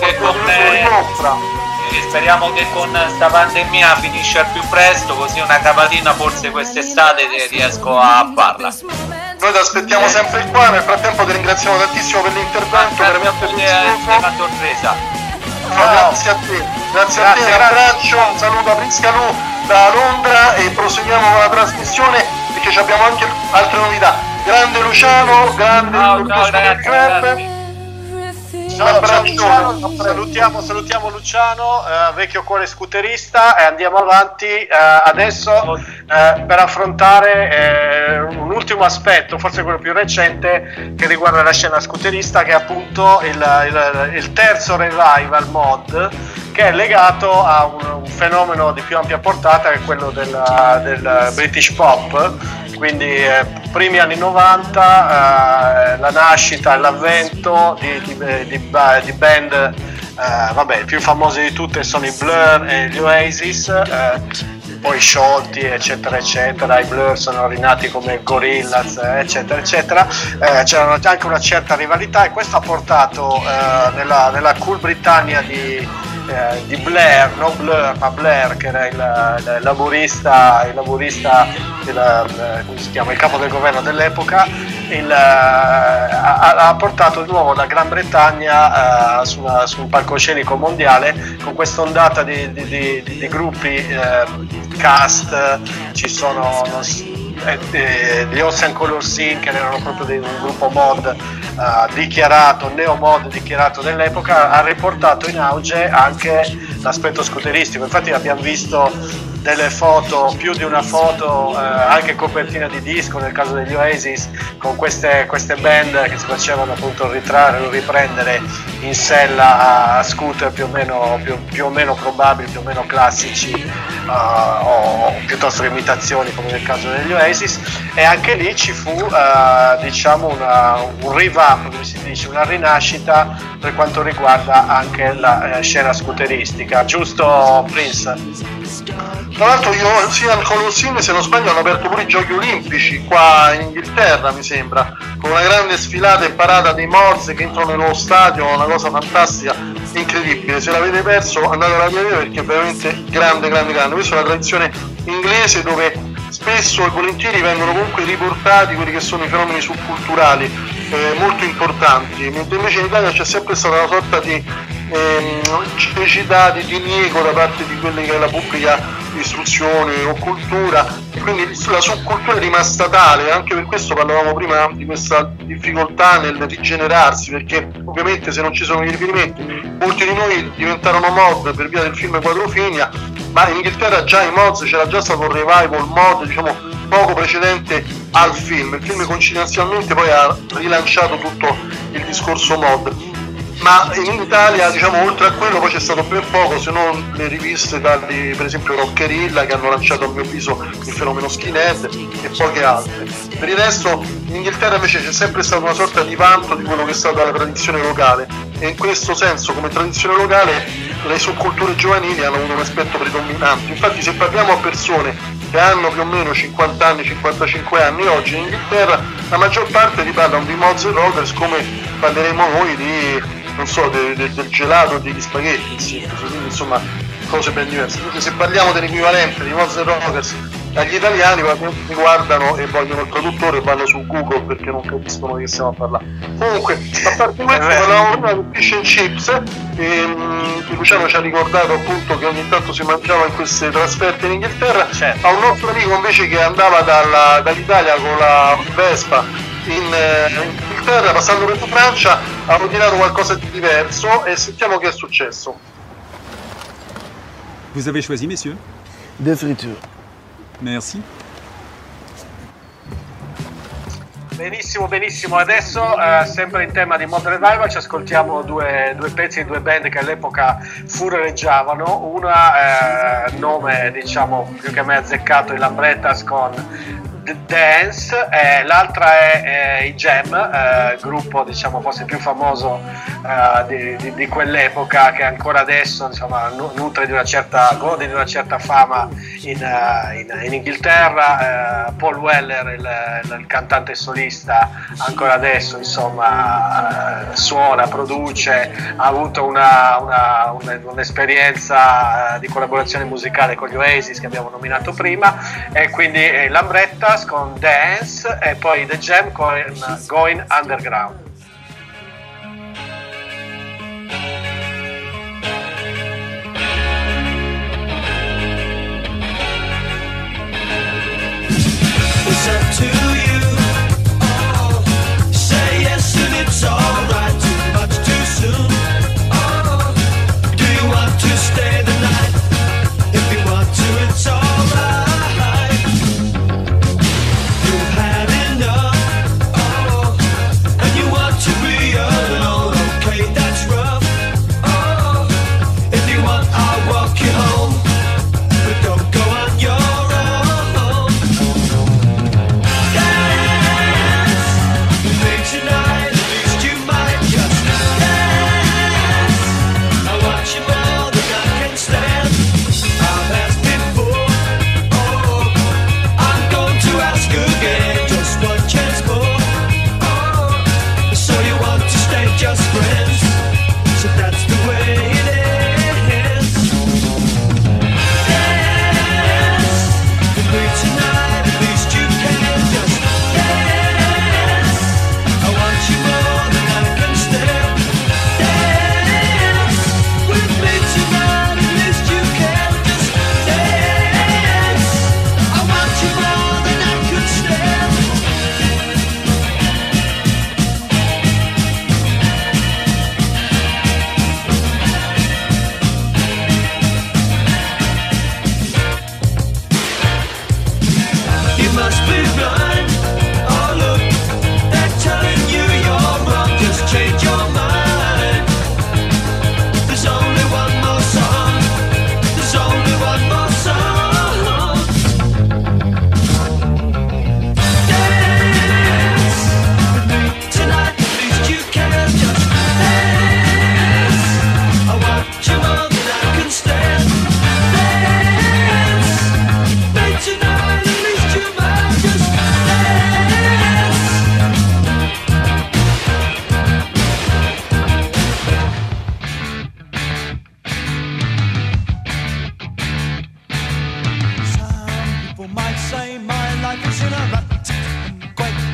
speriamo che con sta pandemia finisce al più presto, così una capatina forse quest'estate riesco a farla. Noi ti aspettiamo sempre qua, nel frattempo ti ringraziamo tantissimo per l'intervento, veramente sorpresa. Grazie a te, grazie a te, un abbraccio, un saluto a Prince Calù da Londra e proseguiamo con la trasmissione perché abbiamo anche altre novità. Grande Luciano, grande Club. Ciao Luciano, salutiamo Luciano, vecchio cuore scooterista, e andiamo avanti adesso per affrontare un ultimo aspetto, forse quello più recente, che riguarda la scena scooterista, che è appunto il terzo revival mod che è legato a un fenomeno di più ampia portata, che è quello del British Pop, quindi primi anni 90, la nascita e l'avvento di band, vabbè, i più famosi di tutte sono i Blur e gli Oasis, poi sciolti eccetera eccetera. I Blur sono rinati come Gorillaz eccetera eccetera. C'era anche una certa rivalità, e questo ha portato nella cool Britannia di Blair, non Blur ma Blair, che era il laburista, come si chiama, il capo del governo dell'epoca, ha portato di nuovo la Gran Bretagna su un palcoscenico mondiale, con questa ondata di gruppi, cast. Ci sono gli Ocean Color Scene, che erano proprio un gruppo mod neo mod dichiarato dell'epoca. Ha riportato in auge anche l'aspetto scooteristico, infatti abbiamo visto delle foto, più di una foto, anche copertina di disco nel caso degli Oasis, con queste band che si facevano appunto ritrarre o riprendere in sella a scooter più o meno probabili, più o meno classici, o piuttosto che imitazioni come nel caso degli Oasis. E anche lì ci fu diciamo un revamp, come si dice, una rinascita per quanto riguarda anche la scena scooteristica, giusto Prince? Tra l'altro sia al Colosseum, se non sbaglio, hanno aperto pure i Giochi Olimpici qua in Inghilterra, mi sembra, con una grande sfilata e parata dei Mods che entrano nello stadio, una cosa fantastica, incredibile. Se l'avete perso andatela a vedere, perché è veramente grande. Questa è una tradizione inglese dove spesso e volentieri vengono comunque riportati quelli che sono i fenomeni subculturali molto importanti, mentre invece in Italia c'è sempre stata una sorta di cecità, di diniego da parte di quelle che è la pubblica istruzione o cultura, e quindi la subcultura è rimasta tale. Anche per questo parlavamo prima di questa difficoltà nel rigenerarsi, perché ovviamente se non ci sono i riferimenti, molti di noi diventarono mod per via del film Quadrofinia, ma in Inghilterra già i mods, c'era già stato un revival mod, diciamo, poco precedente al film. Il film coincidenzialmente poi ha rilanciato tutto il discorso mod, ma in Italia, diciamo, oltre a quello poi c'è stato ben poco, se non le riviste tali per esempio Rockerilla, che hanno lanciato a mio avviso il fenomeno skinhead, e poche altre. Per il resto in Inghilterra invece c'è sempre stata una sorta di vanto di quello che è stata la tradizione locale, e in questo senso, come tradizione locale, le subculture giovanili hanno avuto un aspetto predominante. Infatti se parliamo a persone che hanno più o meno 50 anni, 55 anni oggi in Inghilterra, la maggior parte ti parlano di Mods e Rockers come parleremo noi di, non so, del gelato, degli spaghetti in sintesi, quindi insomma cose ben diverse. Quindi se parliamo dell'equivalente di Mods e Rockers agli italiani, mi guardano e vogliono il traduttore, vanno su Google perché non capiscono di che stiamo a parlare. Comunque, a parte questo, parlavamo prima di fish and chips, e Luciano ci ha ricordato appunto che ogni tanto si mangiava in queste trasferte in Inghilterra. Certo. A un nostro amico invece che andava dall'Italia con la Vespa in Inghilterra, passando per Francia, ha ordinato qualcosa di diverso, e sentiamo che è successo. Vous avez choisi, messieurs? Deux fritures. Merci. Benissimo. Adesso sempre in tema di Mod Revival ci ascoltiamo due pezzi di due band che all'epoca furoreggiavano. Una nome diciamo più che mai azzeccato, i Lambrettas con Dance, l'altra è i Jam, gruppo diciamo forse più famoso di quell'epoca, che ancora adesso insomma gode di una certa fama in Inghilterra. Paul Weller, il cantante solista, ancora adesso insomma suona, produce, ha avuto un'esperienza di collaborazione musicale con gli Oasis che abbiamo nominato prima, e quindi Lambrettas con Dance e poi The Jam con Going Underground. It's up to you. Oh, say yes and it's alright. Too much too soon. Oh, do you want to stay the night? If you want to, it's alright. You've had enough. Oh, and you want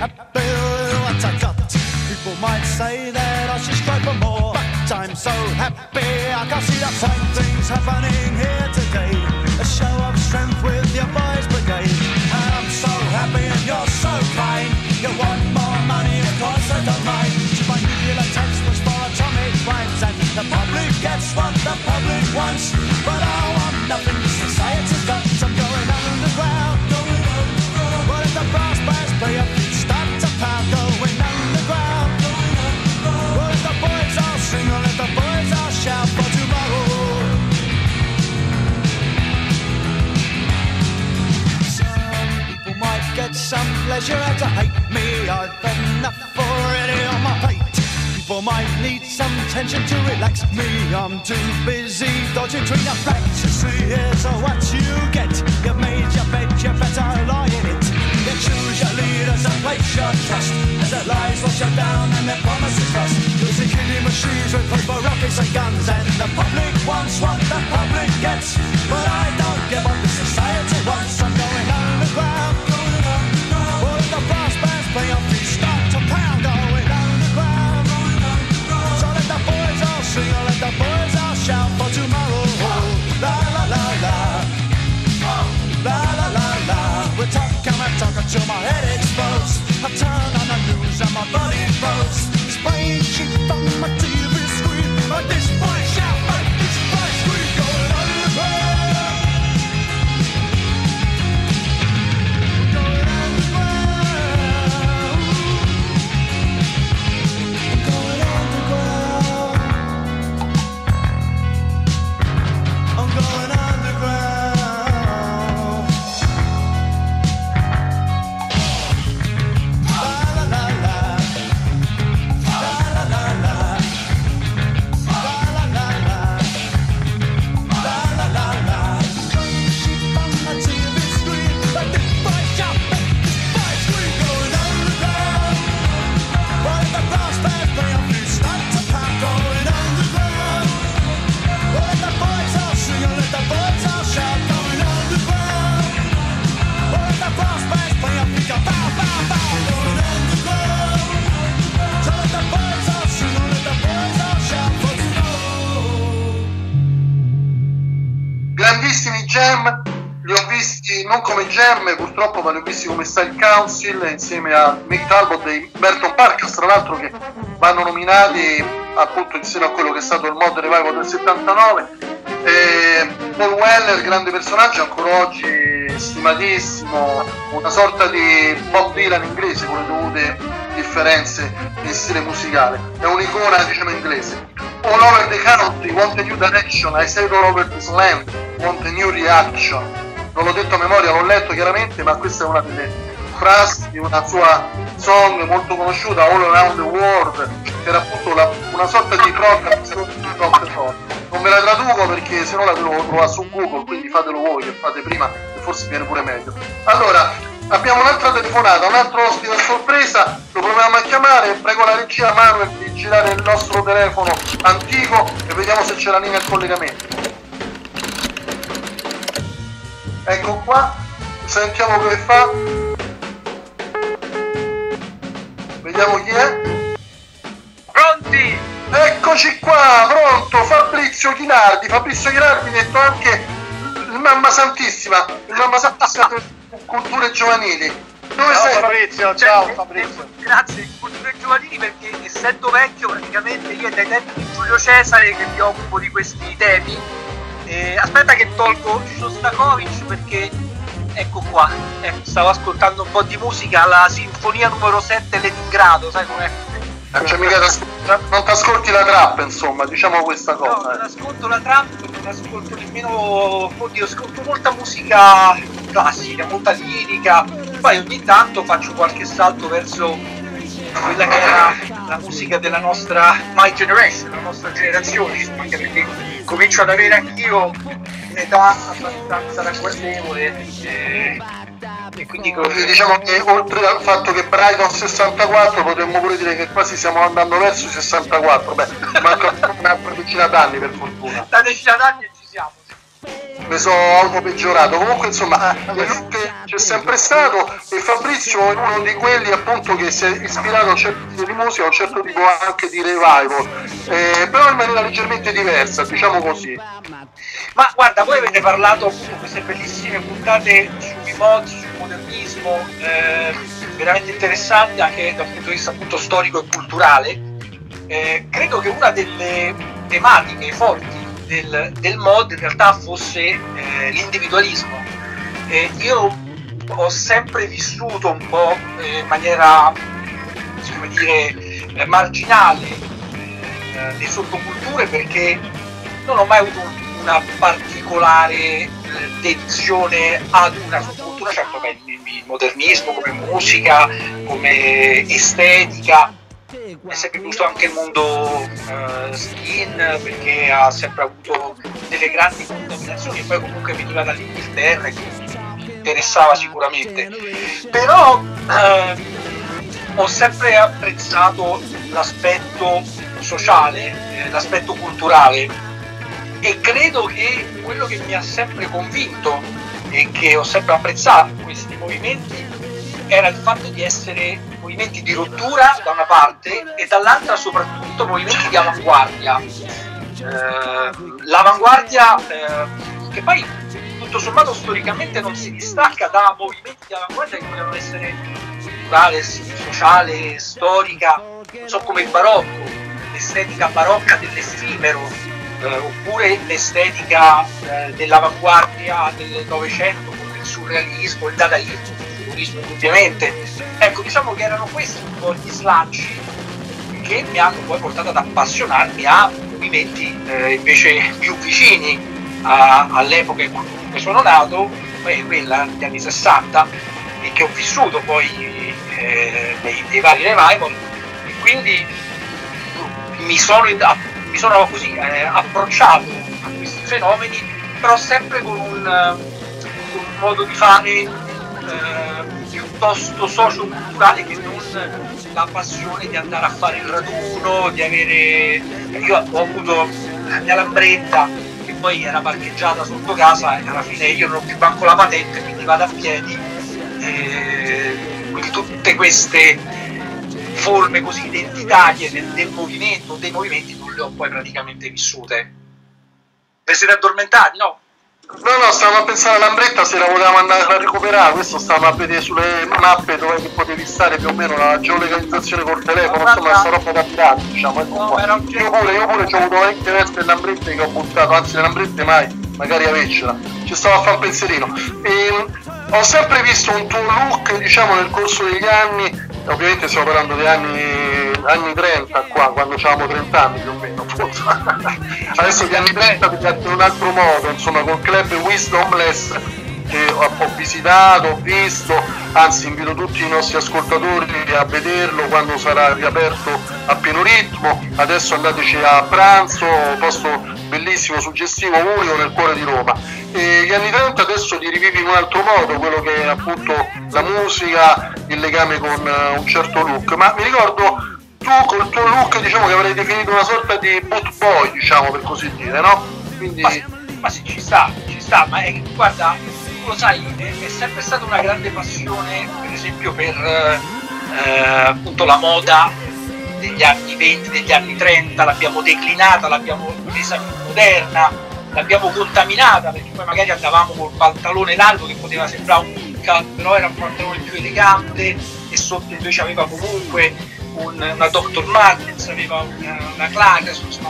happy with what I got. People might say that I should strive for more, but I'm so happy I can see the same things happening here today. A show of strength with your boys brigade. And I'm so happy and you're so kind. You want more money, of course I don't mind. My nuclear text was for atomic rhymes, and the public gets what the public wants. But I want nothing society's got. I'm going underground, going underground. What if the brass bands play up and start to pound? Going underground, going underground. What if the boys all sing, or if the boys all shout for tomorrow? Some people might get some pleasure out to hate me. I've enough already on my plate. People might need some tension to relax me. I'm too busy dodging between the facts. You see, here's what you get. You've made your bed, you better lie in it. You choose your leaders and place your trust, as their lies wash you down and their promises lost. Using killing machines with paper, rockets and guns, and the public wants what the public gets. But I don't give what the society wants. I'm going underground, going underground. All of the brass bands play up, we start to pound. Going underground, going underground. So let the boys all sing, or let the boys all shout for tomorrow. La la la la, la la la la. We talk until my head explodes. I turn on the news and my body floats. Spraying shit from my TV screen. Like this boy shout, like this boy scream. Going underground, going underground, going underground. I'm going underground. Grandissimi Jam, li ho visti non come Jam purtroppo, ma li ho visti come Style Council insieme a Mick Talbot e Merton Parkas, tra l'altro, che vanno nominati appunto insieme a quello che è stato il Mod Revival del 79. Paul Weller, grande personaggio, ancora oggi stimatissimo, una sorta di Bob Dylan inglese con le dovute differenze in stile musicale, è un'icona diciamo inglese. All over the country, want a new direction, I said all over this land, want a new reaction. Non l'ho detto a memoria, l'ho letto chiaramente, ma questa è una delle frasi di una sua song molto conosciuta, All Around the World, che era appunto una sorta di rock. Non ve la traduco perché se no la devo trovare su Google, quindi fatelo voi, che fate prima e forse viene pure meglio. Allora, abbiamo un'altra telefonata, un altro ospite a sorpresa, lo proviamo a chiamare, prego la regia Manuel di girare il nostro telefono antico e vediamo se c'è la linea al collegamento. Ecco qua, sentiamo che fa. Vediamo chi è. Pronti? Eccoci qua, pronto, Fabrizio Chinardi detto anche il Mamma Santissima per culture giovanili. Dove sei Fabrizio? Ciao Fabrizio. Grazie, culture giovanili, perché essendo vecchio praticamente io dai tempi di Giulio Cesare che mi occupo di questi temi. Aspetta che tolgo Shostakovich perché ecco qua, stavo ascoltando un po' di musica, la sinfonia numero 7 Leningrado, sai com'è? Cioè, mica non ti ascolti la trap, insomma, diciamo questa cosa. No, non ascolto la trap, non ascolto nemmeno, oddio, ascolto molta musica classica, molta lirica, poi ogni tanto faccio qualche salto verso quella che era la musica della nostra My Generation, la nostra generazione, anche perché comincio ad avere anch'io un'età abbastanza ragguardevole e quindi diciamo che oltre al fatto che Brighton 64 potremmo pure dire che quasi stiamo andando verso i 64, manca una decina d'anni per fortuna. Una decina d'anni ci siamo. mi sono autopeggiorato. Comunque insomma il look c'è sempre stato, e Fabrizio è uno di quelli appunto che si è ispirato a un certo tipo di musica, a un certo tipo anche di revival, però in maniera leggermente diversa, diciamo così. Ma guarda, voi avete parlato appunto queste bellissime puntate sui mod, sul modernismo, veramente interessanti anche dal punto di vista appunto storico e culturale. Credo che una delle tematiche forti del mod in realtà fosse l'individualismo. Io ho sempre vissuto un po' in maniera, come dire, marginale le sottoculture, perché non ho mai avuto una particolare dedizione ad una sottocultura. Certo, il modernismo come musica, come estetica. Mi è sempre piaciuto anche il mondo skin, perché ha sempre avuto delle grandi contaminazioni, e poi comunque veniva dall'Inghilterra, e mi interessava sicuramente. Però ho sempre apprezzato l'aspetto sociale, l'aspetto culturale, e credo che quello che mi ha sempre convinto e che ho sempre apprezzato questi movimenti era il fatto di essere movimenti di rottura da una parte, e dall'altra soprattutto movimenti di avanguardia. L'avanguardia che poi tutto sommato storicamente non si distacca da movimenti di avanguardia che potevano essere culturale, sociale, storica, non so, come il barocco, l'estetica barocca dell'effimero, oppure l'estetica dell'avanguardia del Novecento, come il surrealismo, il dadaismo, ovviamente. Ecco, diciamo che erano questi un po' gli slanci che mi hanno poi portato ad appassionarmi a movimenti invece più vicini all'epoca in cui sono nato, quella degli anni 60, e che ho vissuto poi nei vari revival, e quindi mi sono così approcciato a questi fenomeni, però sempre con un modo di fare piuttosto socio-culturale, che non la passione di andare a fare il raduno, di avere... Io ho avuto la mia Lambretta che poi era parcheggiata sotto casa, e alla fine io non ho più manco la patente, quindi vado a piedi, quindi tutte queste forme così identitarie del movimento, dei movimenti, non le ho poi praticamente vissute. Vi siete addormentati, no? No, stavamo a pensare alla Lambretta, se la volevamo andare a recuperare. Questo stavamo a vedere sulle mappe dove potevi stare più o meno la geolocalizzazione col telefono, insomma, sta roba da pirati, diciamo. Io pure ho avuto parecchie veste e lambrette che ho buttato, anzi le lambrette mai, magari avercela. Ci stavo a fare un pensierino. Ho sempre visto un tuo look, diciamo, nel corso degli anni, ovviamente stiamo parlando degli anni 30 qua, quando avevamo 30 anni più o meno, forse. Adesso gli anni 30 ti piacciono in un altro modo, insomma, col club Wisdomless che ho visitato, ho visto, anzi invito tutti i nostri ascoltatori a vederlo quando sarà riaperto a pieno ritmo. Adesso andateci a pranzo, posto bellissimo, suggestivo, unico nel cuore di Roma. E gli anni 30 adesso li rivivi in un altro modo, quello che è appunto la musica, il legame con un certo look. Ma mi ricordo tu col tuo look, diciamo, che avrei definito una sorta di boot boy, diciamo, per così dire, no? Quindi... ma sì, ci sta, ma guarda, tu lo sai, è sempre stata una grande passione, per esempio, per appunto la moda degli anni 20, degli anni 30, l'abbiamo declinata, l'abbiamo resa più moderna, l'abbiamo contaminata, perché poi magari andavamo col pantalone largo che poteva sembrare un bootcut, però era un pantalone più elegante, e sotto invece aveva comunque una Dr. Martens, aveva una Clarks, insomma,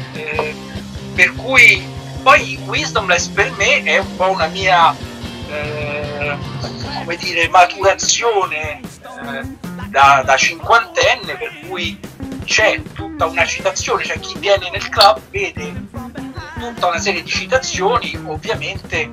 per cui poi Wisdomless per me è un po' una mia come dire, maturazione da cinquantenne, per cui c'è tutta una citazione, cioè chi viene nel club vede tutta una serie di citazioni, ovviamente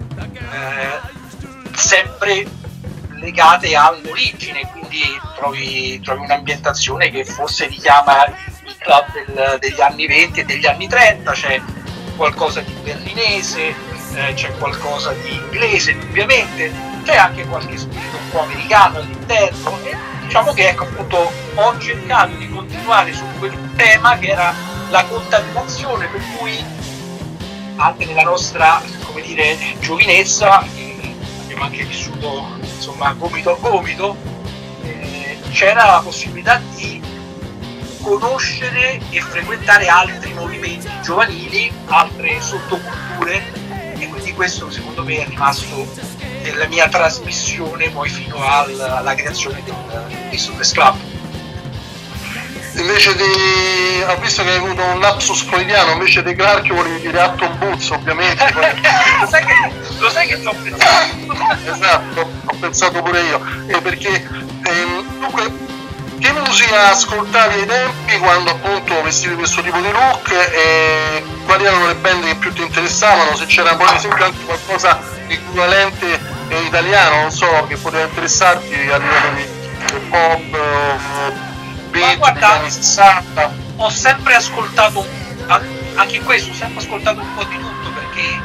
sempre legate all'origine, quindi trovi un'ambientazione che forse richiama i club degli anni 20 e degli anni 30, c'è qualcosa di berlinese, c'è qualcosa di inglese, ovviamente c'è anche qualche spirito un po' americano all'interno, e diciamo che, ecco, appunto, ho cercato di continuare su quel tema che era la contaminazione, per cui anche nella nostra, come dire, giovinezza, abbiamo anche vissuto insomma gomito a gomito, c'era la possibilità di conoscere e frequentare altri movimenti giovanili, altre sottoculture, e quindi questo secondo me è rimasto nella mia trasmissione poi fino alla creazione di Surface Club. Invece ho visto che hai avuto un lapsus freudiano, invece di Clark volevi dire Atom Boots, ovviamente. lo sai che ci ho pensato. Esatto, ho pensato pure io, perché dunque, che musica ascoltavi ai tempi quando appunto vestivi questo tipo di look, e quali erano le band che più ti interessavano, se c'era per esempio anche qualcosa di equivalente italiano, non so, che poteva interessarti a livello di pop, ma guarda, 60. Ho sempre ascoltato, anche in questo, ho sempre ascoltato un po' di tutto, perché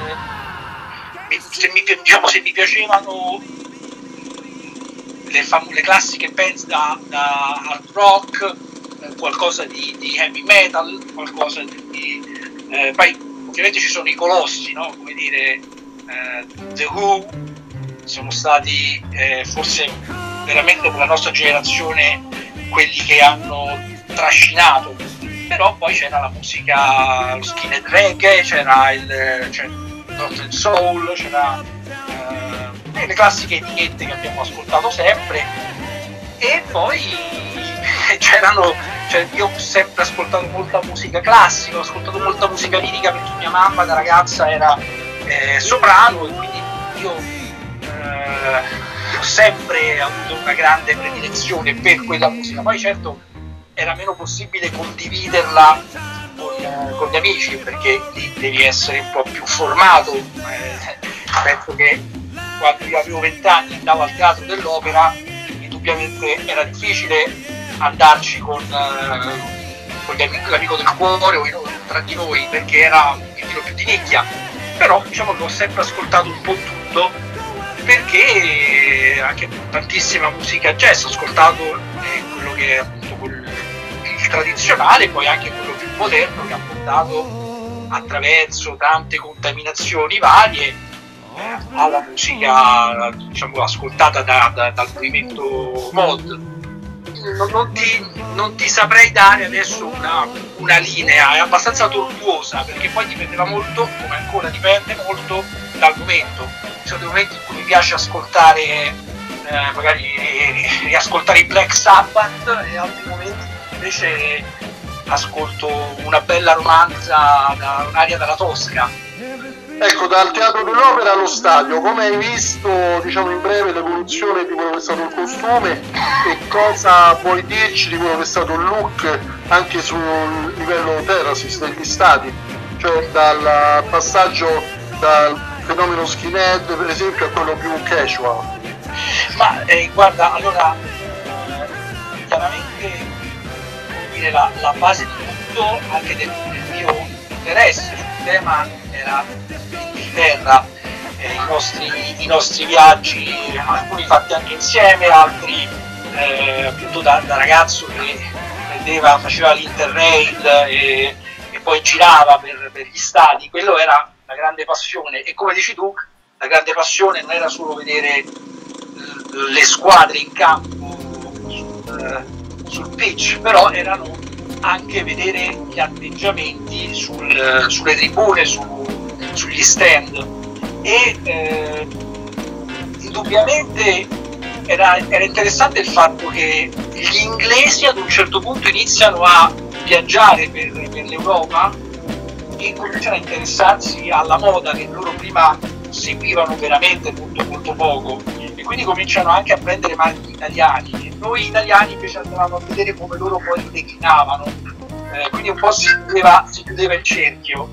se mi piacevano le classiche band da hard rock, qualcosa di heavy metal, qualcosa poi ovviamente ci sono i colossi, no? Come dire, The Who sono stati forse veramente per la nostra generazione quelli che hanno trascinato, però poi c'era la musica, lo skinhead reggae, c'era Northern Soul, c'era le classiche etichette che abbiamo ascoltato sempre, e poi io ho sempre ascoltato molta musica classica, ho ascoltato molta musica lirica perché mia mamma da ragazza era soprano, e quindi io ho sempre avuto una grande predilezione per quella musica. Poi certo era meno possibile condividerla con gli amici, perché lì devi essere un po' più formato. Penso che quando io avevo 20 anni andavo al Teatro dell'Opera, indubbiamente era difficile andarci con l'amico del cuore o tra di noi, perché era un pochettino più di nicchia, però diciamo che ho sempre ascoltato un po' tutto, perché anche tantissima musica jazz ho ascoltato, quello che è appunto il tradizionale, poi anche quello più moderno, che ha portato attraverso tante contaminazioni varie alla musica, diciamo, ascoltata dal movimento mod. Non ti saprei dare adesso una linea, è abbastanza tortuosa, perché poi dipendeva molto, come ancora dipende molto, dal momento. Ci sono dei momenti in cui mi piace ascoltare, magari riascoltare i Black Sabbath, e altri momenti invece ascolto una bella romanza da un'aria dalla Tosca. Ecco, dal Teatro dell'Opera allo stadio, come hai visto, diciamo in breve, l'evoluzione di quello che è stato il costume, e cosa puoi dirci di quello che è stato il look anche sul livello terrasis degli stadi, cioè dal passaggio dal fenomeno skinhead per esempio a quello più casual? Ma guarda, allora chiaramente, come dire, la base di tutto, anche del mio interesse sul tema, era l'Inghilterra, i nostri viaggi, alcuni fatti anche insieme, altri appunto da ragazzo che faceva l'Interrail e poi girava per gli stadi. Quello era la grande passione, e come dici tu, la grande passione non era solo vedere le squadre in campo sul pitch, però erano anche vedere gli atteggiamenti sulle tribune, sugli stand, e indubbiamente era interessante il fatto che gli inglesi ad un certo punto iniziano a viaggiare per l'Europa e cominciano a interessarsi alla moda che loro prima seguivano veramente molto molto poco, e quindi cominciano anche a prendere marchi italiani, e noi italiani invece andavamo a vedere come loro poi li declinavano, quindi un po' si chiudeva il cerchio.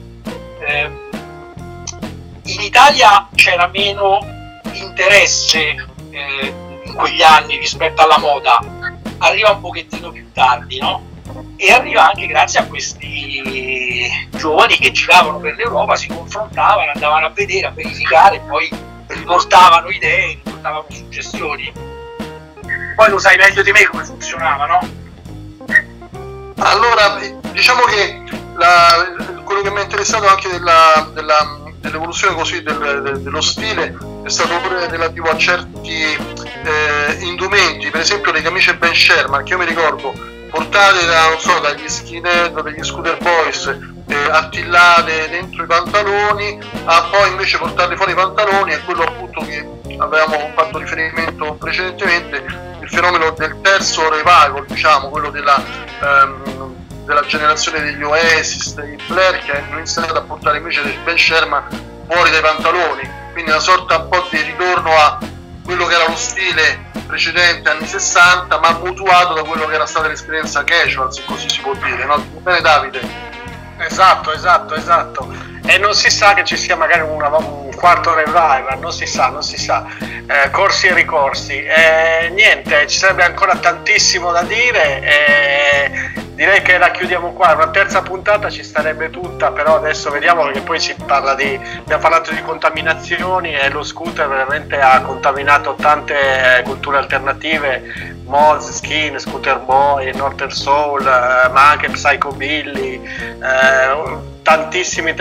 In Italia c'era meno interesse in quegli anni rispetto alla moda, arriva un pochettino più tardi, no? E arriva anche grazie a questi giovani che giravano per l'Europa, si confrontavano, andavano a vedere, a verificare, poi riportavano idee, riportavano suggestioni. Poi lo sai meglio di me come funzionava, no? Allora, diciamo che quello che mi è interessato anche dell'evoluzione così dello stile è stato pure relativo a certi indumenti, per esempio le camicie Ben Sherman, che io mi ricordo portate dagli skinhead, dagli scooter boys, attillate dentro i pantaloni, a poi invece portarle fuori i pantaloni, e quello appunto che avevamo fatto riferimento precedentemente, il fenomeno del terzo revival, diciamo, quello della generazione degli Oasis, dei Blair, che hanno iniziato a portare invece del Ben Sherman fuori dai pantaloni, quindi una sorta un po' di ritorno a quello che era lo stile precedente anni 60, ma mutuato da quello che era stata l'esperienza casual, se così si può dire, no? Bene, Davide? Esatto. E non si sa che ci sia magari un quarto revival, non si sa. Corsi e ricorsi. Niente, ci sarebbe ancora tantissimo da dire. Direi che la chiudiamo qua. Una terza puntata ci starebbe tutta, però adesso vediamo, perché poi abbiamo parlato di contaminazioni e lo scooter veramente ha contaminato tante culture alternative, Moz, Skin, Scooter Boy, Northern Soul, ma anche Psychobilly, tantissimi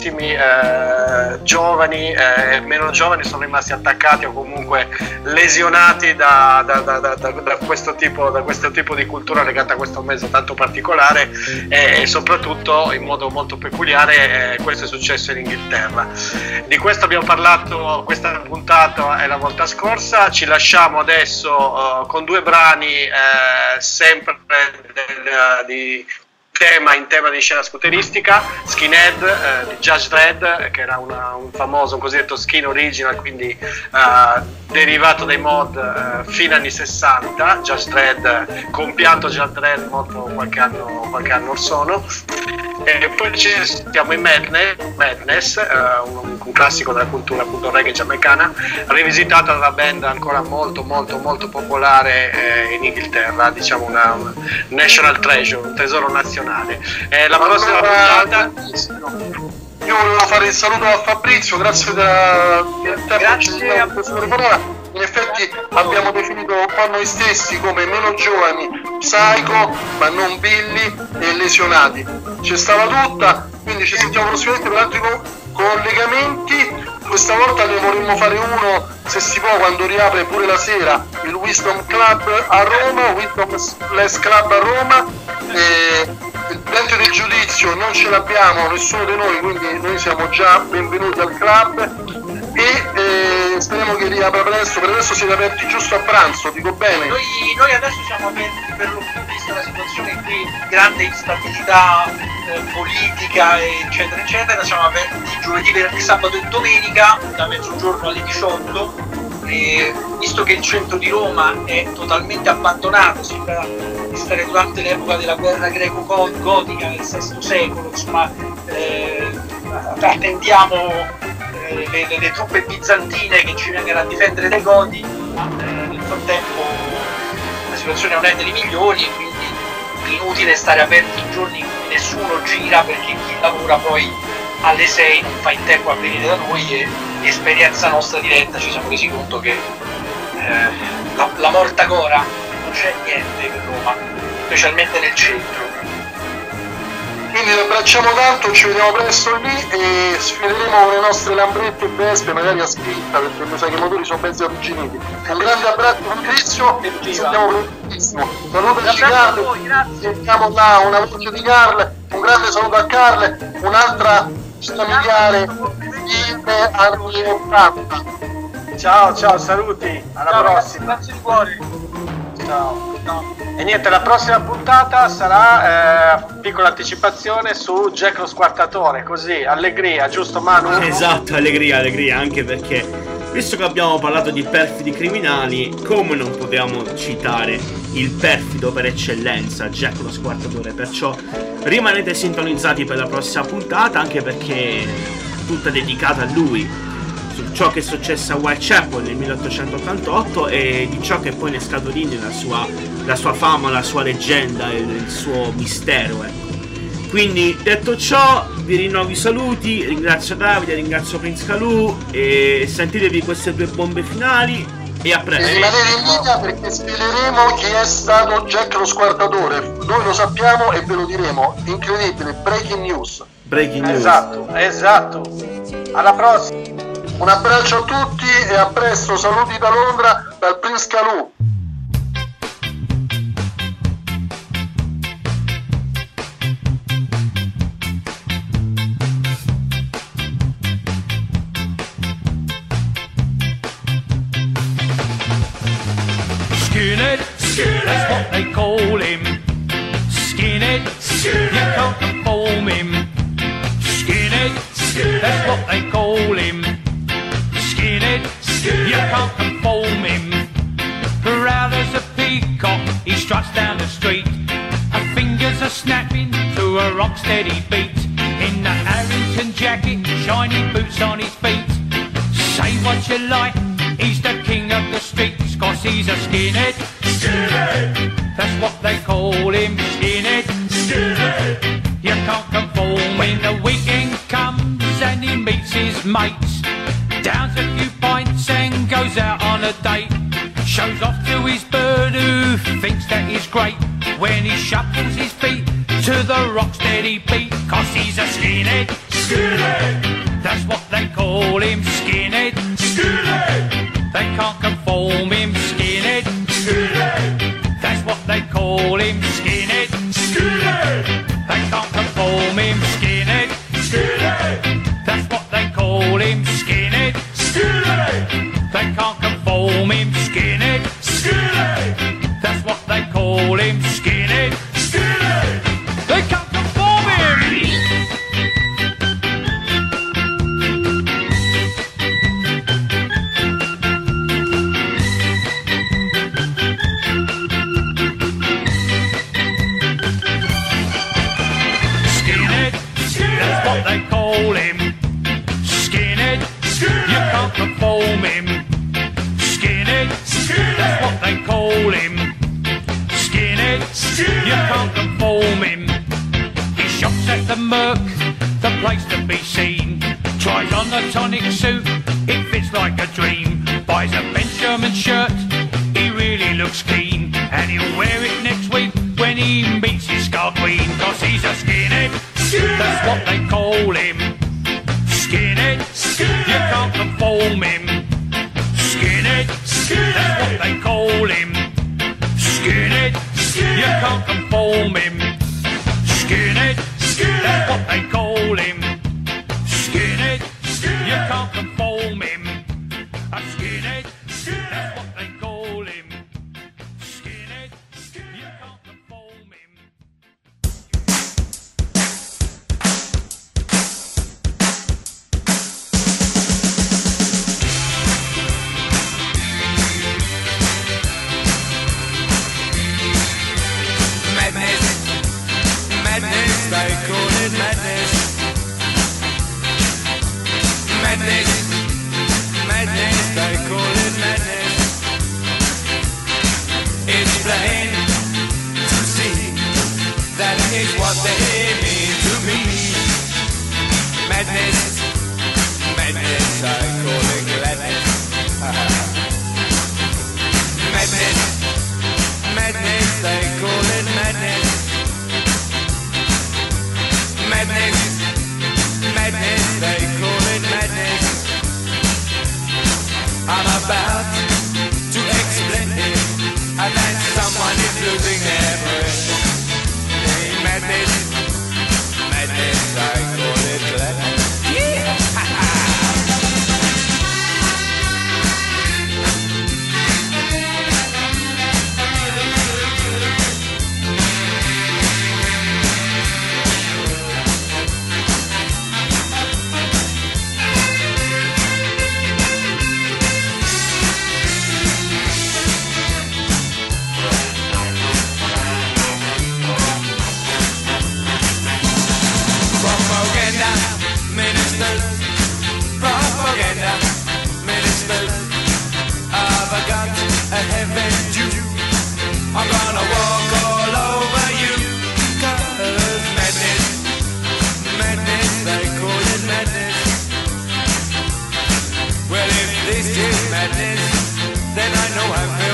giovani e meno giovani sono rimasti attaccati o comunque lesionati da questo tipo di cultura legata a questo mezzo tanto particolare, e soprattutto in modo molto peculiare questo è successo in Inghilterra. Di questo abbiamo parlato questa puntata e la volta scorsa. Ci lasciamo adesso con due brani sempre in tema di scena scooteristica, Skinhead di Judge Dredd, che era un famoso, un cosiddetto skin original, quindi derivato dai mod fino anni 60, Judge Dredd, compianto Judge Dredd morto qualche anno or sono. E poi ci stiamo in Madness, un classico della cultura appunto reggae giamaicana, rivisitata da una band ancora molto popolare in Inghilterra, diciamo una national treasure, un tesoro nazionale. La prossima puntata. Io volevo fare il saluto a Fabrizio, grazie del tempo che ci diamo questa telefonata. In effetti abbiamo definito un po' noi stessi come meno giovani, psycho, ma non Billy e lesionati. Ci stava tutta, quindi ci sentiamo prossimamente per altri collegamenti. Questa volta ne vorremmo fare uno, se si può, quando riapre pure la sera, il Wisdom Club a Roma, Wisdom Less Club a Roma. Il presidente del giudizio non ce l'abbiamo nessuno di noi, quindi noi siamo già benvenuti al club, e speriamo che riapra presto. Per adesso siete aperti giusto a pranzo, dico bene? Noi adesso siamo aperti per lo più, vista la situazione qui, grande instabilità politica eccetera, siamo aperti giovedì, venerdì, sabato e domenica da mezzogiorno alle 18. E visto che il centro di Roma è totalmente abbandonato, sembra di stare durante l'epoca della guerra greco-gotica del VI secolo, insomma, attendiamo le truppe bizantine che ci vengono a difendere dai Goti, ma nel frattempo la situazione non è delle migliori, e quindi è inutile stare aperti i giorni in cui nessuno gira, perché chi lavora poi alle 6 non fa in tempo a venire da noi, e esperienza nostra diretta ci siamo resi conto che la morta gora non c'è niente per Roma, specialmente nel centro. Quindi vi abbracciamo tanto, ci vediamo presto lì e sfideremo con le nostre Lambrette e Vespe, magari a scritta, perché mi sa che i motori sono mezzi arrugginiti. Un grande abbraccio Fabrizio, ci sentiamo prestissimo. Salutaci Carle, sentiamo là una voce di Carle, un grande saluto a Carle, un'altra familiare di anni 80. Ciao, saluti, alla prossima. Grazie di cuore. Ciao. E niente, la prossima puntata sarà piccola anticipazione su Jack lo Squartatore, così, allegria, giusto Manu? Esatto, allegria, anche perché visto che abbiamo parlato di perfidi criminali, come non potevamo citare il perfido per eccellenza, Jack lo Squartatore, perciò rimanete sintonizzati per la prossima puntata, anche perché è tutta dedicata a lui, su ciò che è successo a Whitechapel nel 1888 e di ciò che poi ne scaturì la sua fama, la sua leggenda e il suo mistero, ecco. Quindi detto ciò, vi rinnovo i saluti, ringrazio Davide, ringrazio Prince Calù e sentitevi queste due bombe finali E a presto. E rimanere in linea perché sveleremo chi è stato Jack lo Squartatore. Noi lo sappiamo e ve lo diremo. Incredibile, breaking news. Breaking news. Esatto. Alla prossima. Un abbraccio a tutti e a presto. Saluti da Londra, dal Prince Calù. Skinhead, that's what they call him. Skinhead, you can't conform him. Skinhead, that's what they call him. Skinhead, you can't conform him. Proud as a peacock, he struts down the street. Her fingers are snapping to a rock steady beat. In the Harrington jacket, shiny boots on his feet. Say what you like, he's the king of the streets, 'cause he's a skinhead. Skinhead, that's what they call him. Skinhead, skinhead, you can't conform. When the weekend comes and he meets his mates, downs a few pints and goes out on a date. Shows off to his bird who thinks that he's great. When he shuffles his feet to the rocksteady beat, 'cause he's a skinhead. Skinhead, that's what they call him. Skinhead, skinhead, they can't conform him. Skinhead, skinhead, that's what they call him. Skinhead, skinhead, they can't conform him. Skinhead, skinhead, that's what they call him. Skinhead, skinhead, they can't conform him. Skinhead, skinhead, that's what they call him. Skinhead, skinhead, they can't conform him. They call him Skinhead, you can't conform him. Skinhead, that's what they call him. Skinhead, you can't conform him. He shops at the Merc, the place to be seen. Tries on the tonic suit, it fits like a dream. Buys a Ben Sherman shirt, he really looks keen. And he'll wear it next week when he meets his Scar Queen. 'Cause he's a skinhead, that's what they call him. Skinhead, you can't conform him. Skinhead, that's what they call him. Skinhead, you can't conform him. Skinhead, that's what they call him. Skinhead, you can't conform him. A skinhead, that's what they call him. Skinhead, you can't conform him. Madness, they call it madness. Madness, madness, they call it madness. It's plain to see that is what they mean to me. Madness, madness, I call it gladness. Madness, madness, they call it madness. Madness, madness, they call it madness. I'm about to explain it, and then someone is losing their breath. Hey, madness, madness, I call it gladness. have